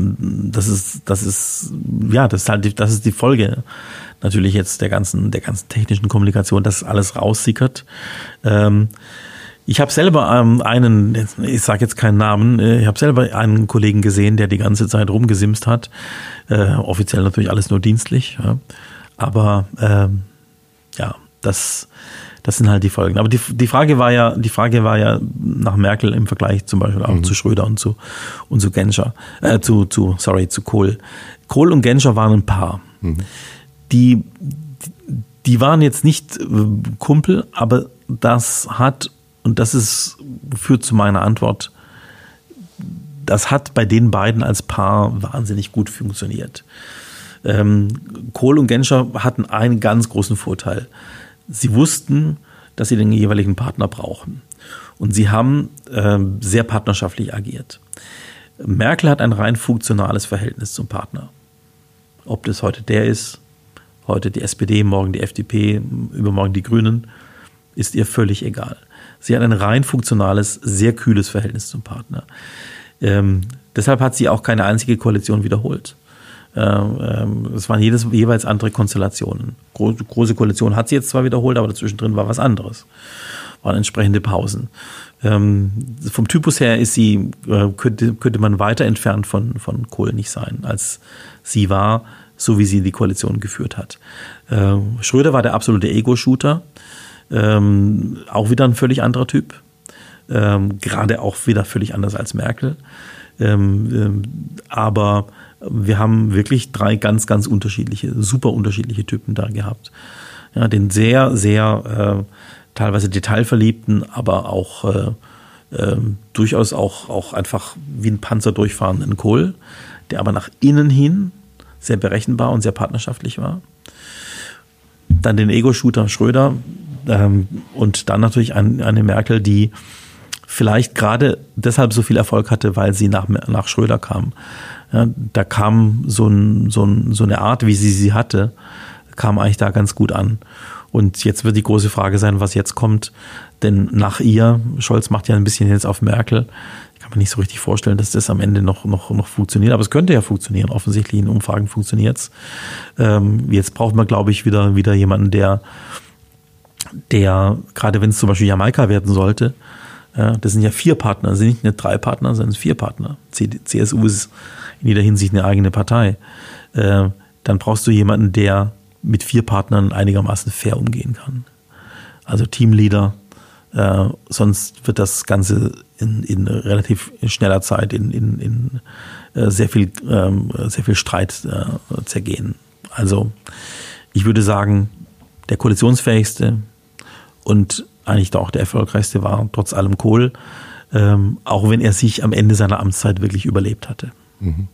Folge natürlich jetzt der ganzen technischen Kommunikation, dass alles raussickert. Ich habe selber ich sage jetzt keinen Namen, ich habe selber einen Kollegen gesehen, der die ganze Zeit rumgesimst hat. Offiziell natürlich alles nur dienstlich, ja. Aber das sind halt die Folgen. Aber die Frage war ja nach Merkel im Vergleich zum Beispiel auch zu Schröder und zu Genscher, zu Kohl. Kohl und Genscher waren ein Paar. Mhm. Die waren jetzt nicht Kumpel, aber das führt zu meiner Antwort, das hat bei den beiden als Paar wahnsinnig gut funktioniert. Kohl und Genscher hatten einen ganz großen Vorteil. Sie wussten, dass sie den jeweiligen Partner brauchen. Und sie haben sehr partnerschaftlich agiert. Merkel hat ein rein funktionales Verhältnis zum Partner. Ob das heute der ist, heute die SPD, morgen die FDP, übermorgen die Grünen, ist ihr völlig egal. Sie hat ein rein funktionales, sehr kühles Verhältnis zum Partner. Deshalb hat sie auch keine einzige Koalition wiederholt. Es waren jeweils andere Konstellationen. Große Koalition hat sie jetzt zwar wiederholt, aber dazwischen war was anderes. Waren entsprechende Pausen. Vom Typus her ist sie, könnte man weiter entfernt von Kohl nicht sein, als sie war, so wie sie die Koalition geführt hat. Schröder war der absolute Ego-Shooter. auch wieder ein völlig anderer Typ. Gerade auch wieder völlig anders als Merkel. Aber wir haben wirklich 3 ganz, ganz unterschiedliche, super unterschiedliche Typen da gehabt. Ja, den sehr, sehr teilweise detailverliebten, aber auch durchaus auch einfach wie ein Panzer durchfahrenden Kohl, der aber nach innen hin sehr berechenbar und sehr partnerschaftlich war. Dann den Ego-Shooter Schröder und dann natürlich eine Merkel, die vielleicht gerade deshalb so viel Erfolg hatte, weil sie nach Schröder kam. Ja, da kam so eine Art, wie sie hatte, kam eigentlich da ganz gut an. Und jetzt wird die große Frage sein, was jetzt kommt. Denn nach ihr, Scholz macht ja ein bisschen jetzt auf Merkel, ich kann mir nicht so richtig vorstellen, dass das am Ende noch funktioniert. Aber es könnte ja funktionieren. Offensichtlich in Umfragen funktioniert es. Jetzt braucht man, glaube ich, wieder jemanden, der gerade wenn es zum Beispiel Jamaika werden sollte, das sind ja 4 Partner, das sind nicht 3 Partner, sondern 4 Partner. CSU ist in jeder Hinsicht eine eigene Partei. Dann brauchst du jemanden, der mit 4 Partnern einigermaßen fair umgehen kann. Also Teamleader, sonst wird das Ganze in relativ schneller Zeit in sehr viel Streit zergehen. Also ich würde sagen, der koalitionsfähigste und eigentlich auch der erfolgreichste war trotz allem Kohl, auch wenn er sich am Ende seiner Amtszeit wirklich überlebt hatte. Mhm.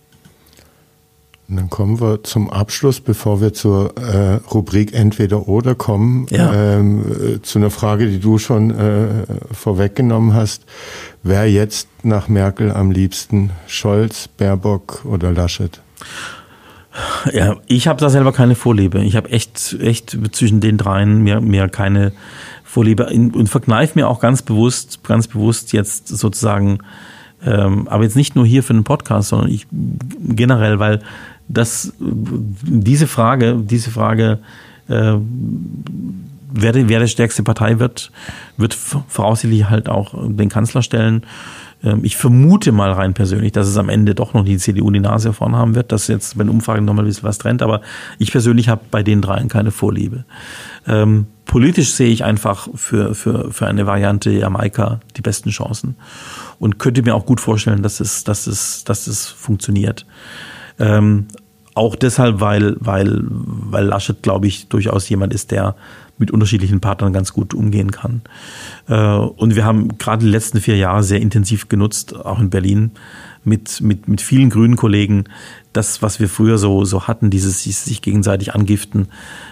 Und dann kommen wir zum Abschluss, bevor wir zur Rubrik Entweder-Oder kommen, zu einer Frage, die du schon vorweggenommen hast. Wer jetzt nach Merkel am liebsten? Scholz, Baerbock oder Laschet? Ja, ich habe da selber keine Vorliebe. Ich habe echt zwischen den dreien mir keine Vorliebe und verkneife mir auch ganz bewusst jetzt sozusagen, aber jetzt nicht nur hier für den Podcast, sondern ich generell, weil diese Frage, wer der stärkste Partei wird voraussichtlich halt auch den Kanzler stellen. Ich vermute mal rein persönlich, dass es am Ende doch noch die CDU die Nase vorn haben wird, dass jetzt bei den Umfragen nochmal ein bisschen was trennt, aber ich persönlich habe bei den dreien keine Vorliebe. Politisch sehe ich einfach für eine Variante Jamaika die besten Chancen und könnte mir auch gut vorstellen, dass es funktioniert. Auch deshalb, weil Laschet, glaube ich, durchaus jemand ist, der mit unterschiedlichen Partnern ganz gut umgehen kann. Und wir haben gerade die letzten 4 Jahre sehr intensiv genutzt, auch in Berlin, mit vielen grünen Kollegen, das, was wir früher so hatten, dieses sich gegenseitig angiften.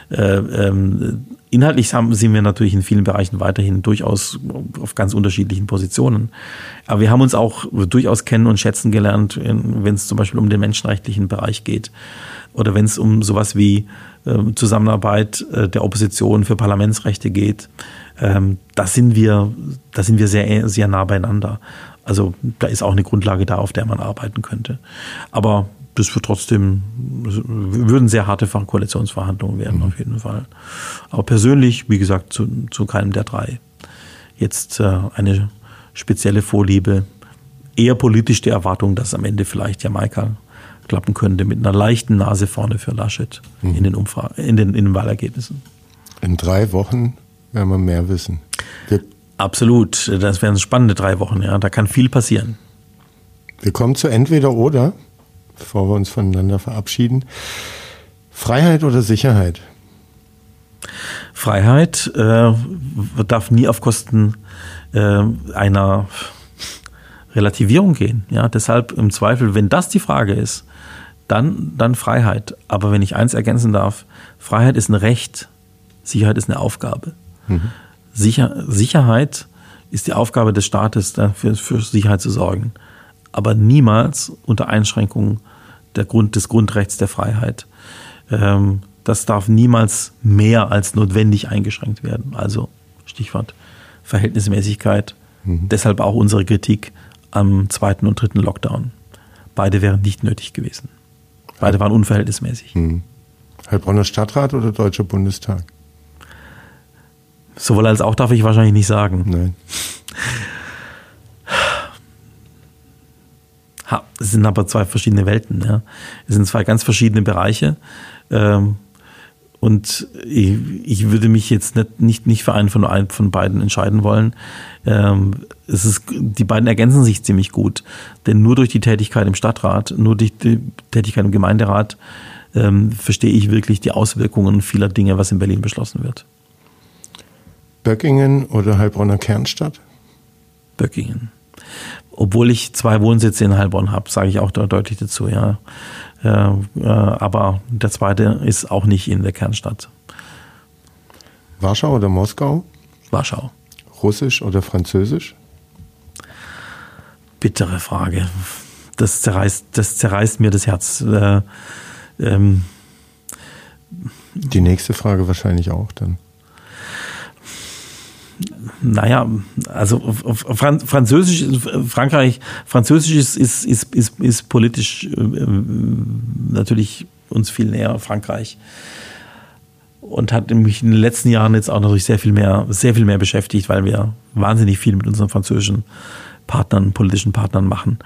Inhaltlich sind wir natürlich in vielen Bereichen weiterhin durchaus auf ganz unterschiedlichen Positionen. Aber wir haben uns auch durchaus kennen und schätzen gelernt, wenn es zum Beispiel um den menschenrechtlichen Bereich geht oder wenn es um sowas wie Zusammenarbeit der Opposition für Parlamentsrechte geht. Da sind wir sehr, sehr nah beieinander. Also da ist auch eine Grundlage da, auf der man arbeiten könnte. Aber das würden sehr harte Koalitionsverhandlungen werden, auf jeden Fall. Aber persönlich, wie gesagt, zu keinem der 3. Jetzt eine spezielle Vorliebe, eher politisch die Erwartung, dass am Ende vielleicht Jamaika klappen könnte, mit einer leichten Nase vorne für Laschet in den in den Wahlergebnissen. In 3 Wochen werden wir mehr wissen. Absolut, das wären spannende 3 Wochen, ja. Da kann viel passieren. Wir kommen zu Entweder-Oder, bevor wir uns voneinander verabschieden. Freiheit oder Sicherheit? Freiheit darf nie auf Kosten einer Relativierung gehen. Ja, deshalb im Zweifel, wenn das die Frage ist, dann Freiheit. Aber wenn ich eins ergänzen darf, Freiheit ist ein Recht, Sicherheit ist eine Aufgabe. Mhm. Sicherheit ist die Aufgabe des Staates, dafür für Sicherheit zu sorgen. Aber niemals unter Einschränkung des Grundrechts der Freiheit. Das darf niemals mehr als notwendig eingeschränkt werden. Also Stichwort Verhältnismäßigkeit. Mhm. Deshalb auch unsere Kritik am 2. und 3. Lockdown. Beide wären nicht nötig gewesen. Beide waren unverhältnismäßig. Mhm. Heilbronner Stadtrat oder Deutscher Bundestag? Sowohl als auch darf ich wahrscheinlich nicht sagen. Nein. Es sind aber 2 verschiedene Welten. Ja. Es sind 2 ganz verschiedene Bereiche. Und Und ich würde mich jetzt nicht für einen von beiden entscheiden wollen. Die beiden ergänzen sich ziemlich gut. Denn nur durch die Tätigkeit im Stadtrat, nur durch die Tätigkeit im Gemeinderat verstehe ich wirklich die Auswirkungen vieler Dinge, was in Berlin beschlossen wird. Böckingen oder Heilbronner Kernstadt? Böckingen. Obwohl ich 2 Wohnsitze in Heilbronn habe, sage ich auch da deutlich dazu, ja. Aber der zweite ist auch nicht in der Kernstadt. Warschau oder Moskau? Warschau. Russisch oder Französisch? Bittere Frage. Das zerreißt mir das Herz. Die nächste Frage wahrscheinlich auch dann. Naja, also Französisch ist politisch natürlich uns viel näher, Frankreich. Und hat mich in den letzten Jahren jetzt auch natürlich sehr viel mehr beschäftigt, weil wir wahnsinnig viel mit unseren französischen politischen Partnern machen.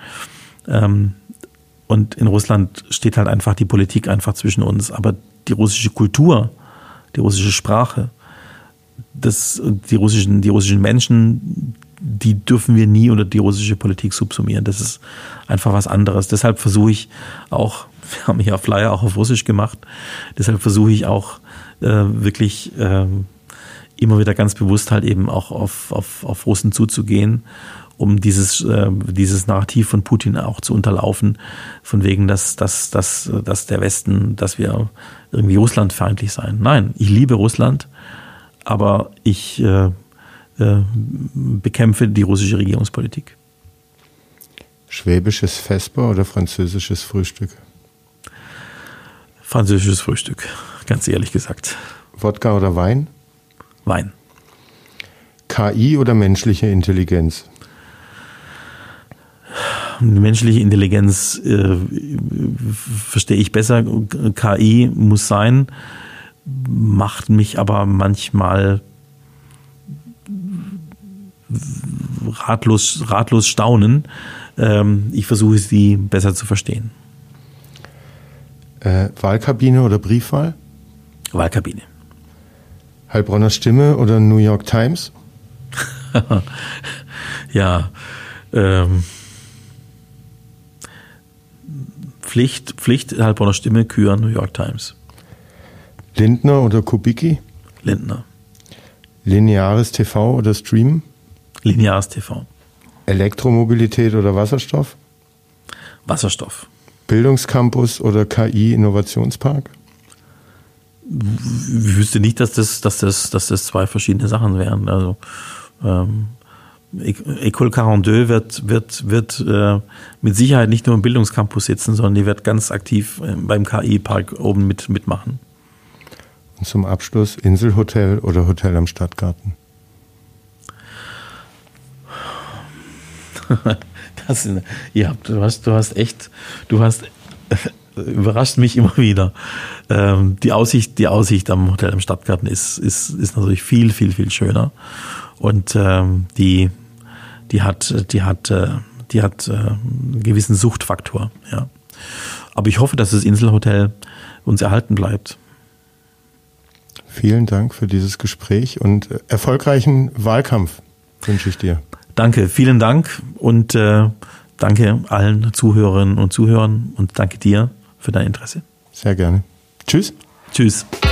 Und in Russland steht halt einfach die Politik einfach zwischen uns. Aber die russische Kultur, die russische Sprache, die russischen Menschen, die dürfen wir nie unter die russische Politik subsumieren. Das ist einfach was anderes. Deshalb versuche ich auch, wir haben hier Flyer auch auf Russisch gemacht, deshalb versuche ich auch wirklich immer wieder ganz bewusst halt eben auch auf Russen zuzugehen, um dieses Narrativ von Putin auch zu unterlaufen, von wegen, dass der Westen, dass wir irgendwie russlandfeindlich seien. Nein, ich liebe Russland, aber ich bekämpfe die russische Regierungspolitik. Schwäbisches Vesper oder französisches Frühstück? Französisches Frühstück, ganz ehrlich gesagt. Wodka oder Wein? Wein. KI oder menschliche Intelligenz? Menschliche Intelligenz verstehe ich besser. KI muss sein, macht mich aber manchmal ratlos staunen. Ich versuche sie besser zu verstehen. Wahlkabine oder Briefwahl? Wahlkabine. Heilbronner Stimme oder New York Times? Ja, Pflicht, Heilbronner Stimme, Kür, New York Times. Lindner oder Kubicki? Lindner. Lineares TV oder Streamen? Lineares TV. Elektromobilität oder Wasserstoff? Wasserstoff. Bildungscampus oder KI-Innovationspark? Ich wüsste nicht, dass das 2 verschiedene Sachen wären. Also École 42 wird mit Sicherheit nicht nur im Bildungscampus sitzen, sondern die wird ganz aktiv beim KI-Park oben mitmachen. Und zum Abschluss Inselhotel oder Hotel am Stadtgarten? Du hast überrascht mich immer wieder. Die Aussicht am Hotel am Stadtgarten ist natürlich viel, viel, viel schöner. Und die hat einen gewissen Suchtfaktor. Ja. Aber ich hoffe, dass das Inselhotel uns erhalten bleibt. Vielen Dank für dieses Gespräch und erfolgreichen Wahlkampf wünsche ich dir. Danke, vielen Dank und danke allen Zuhörerinnen und Zuhörern und danke dir für dein Interesse. Sehr gerne. Tschüss. Tschüss.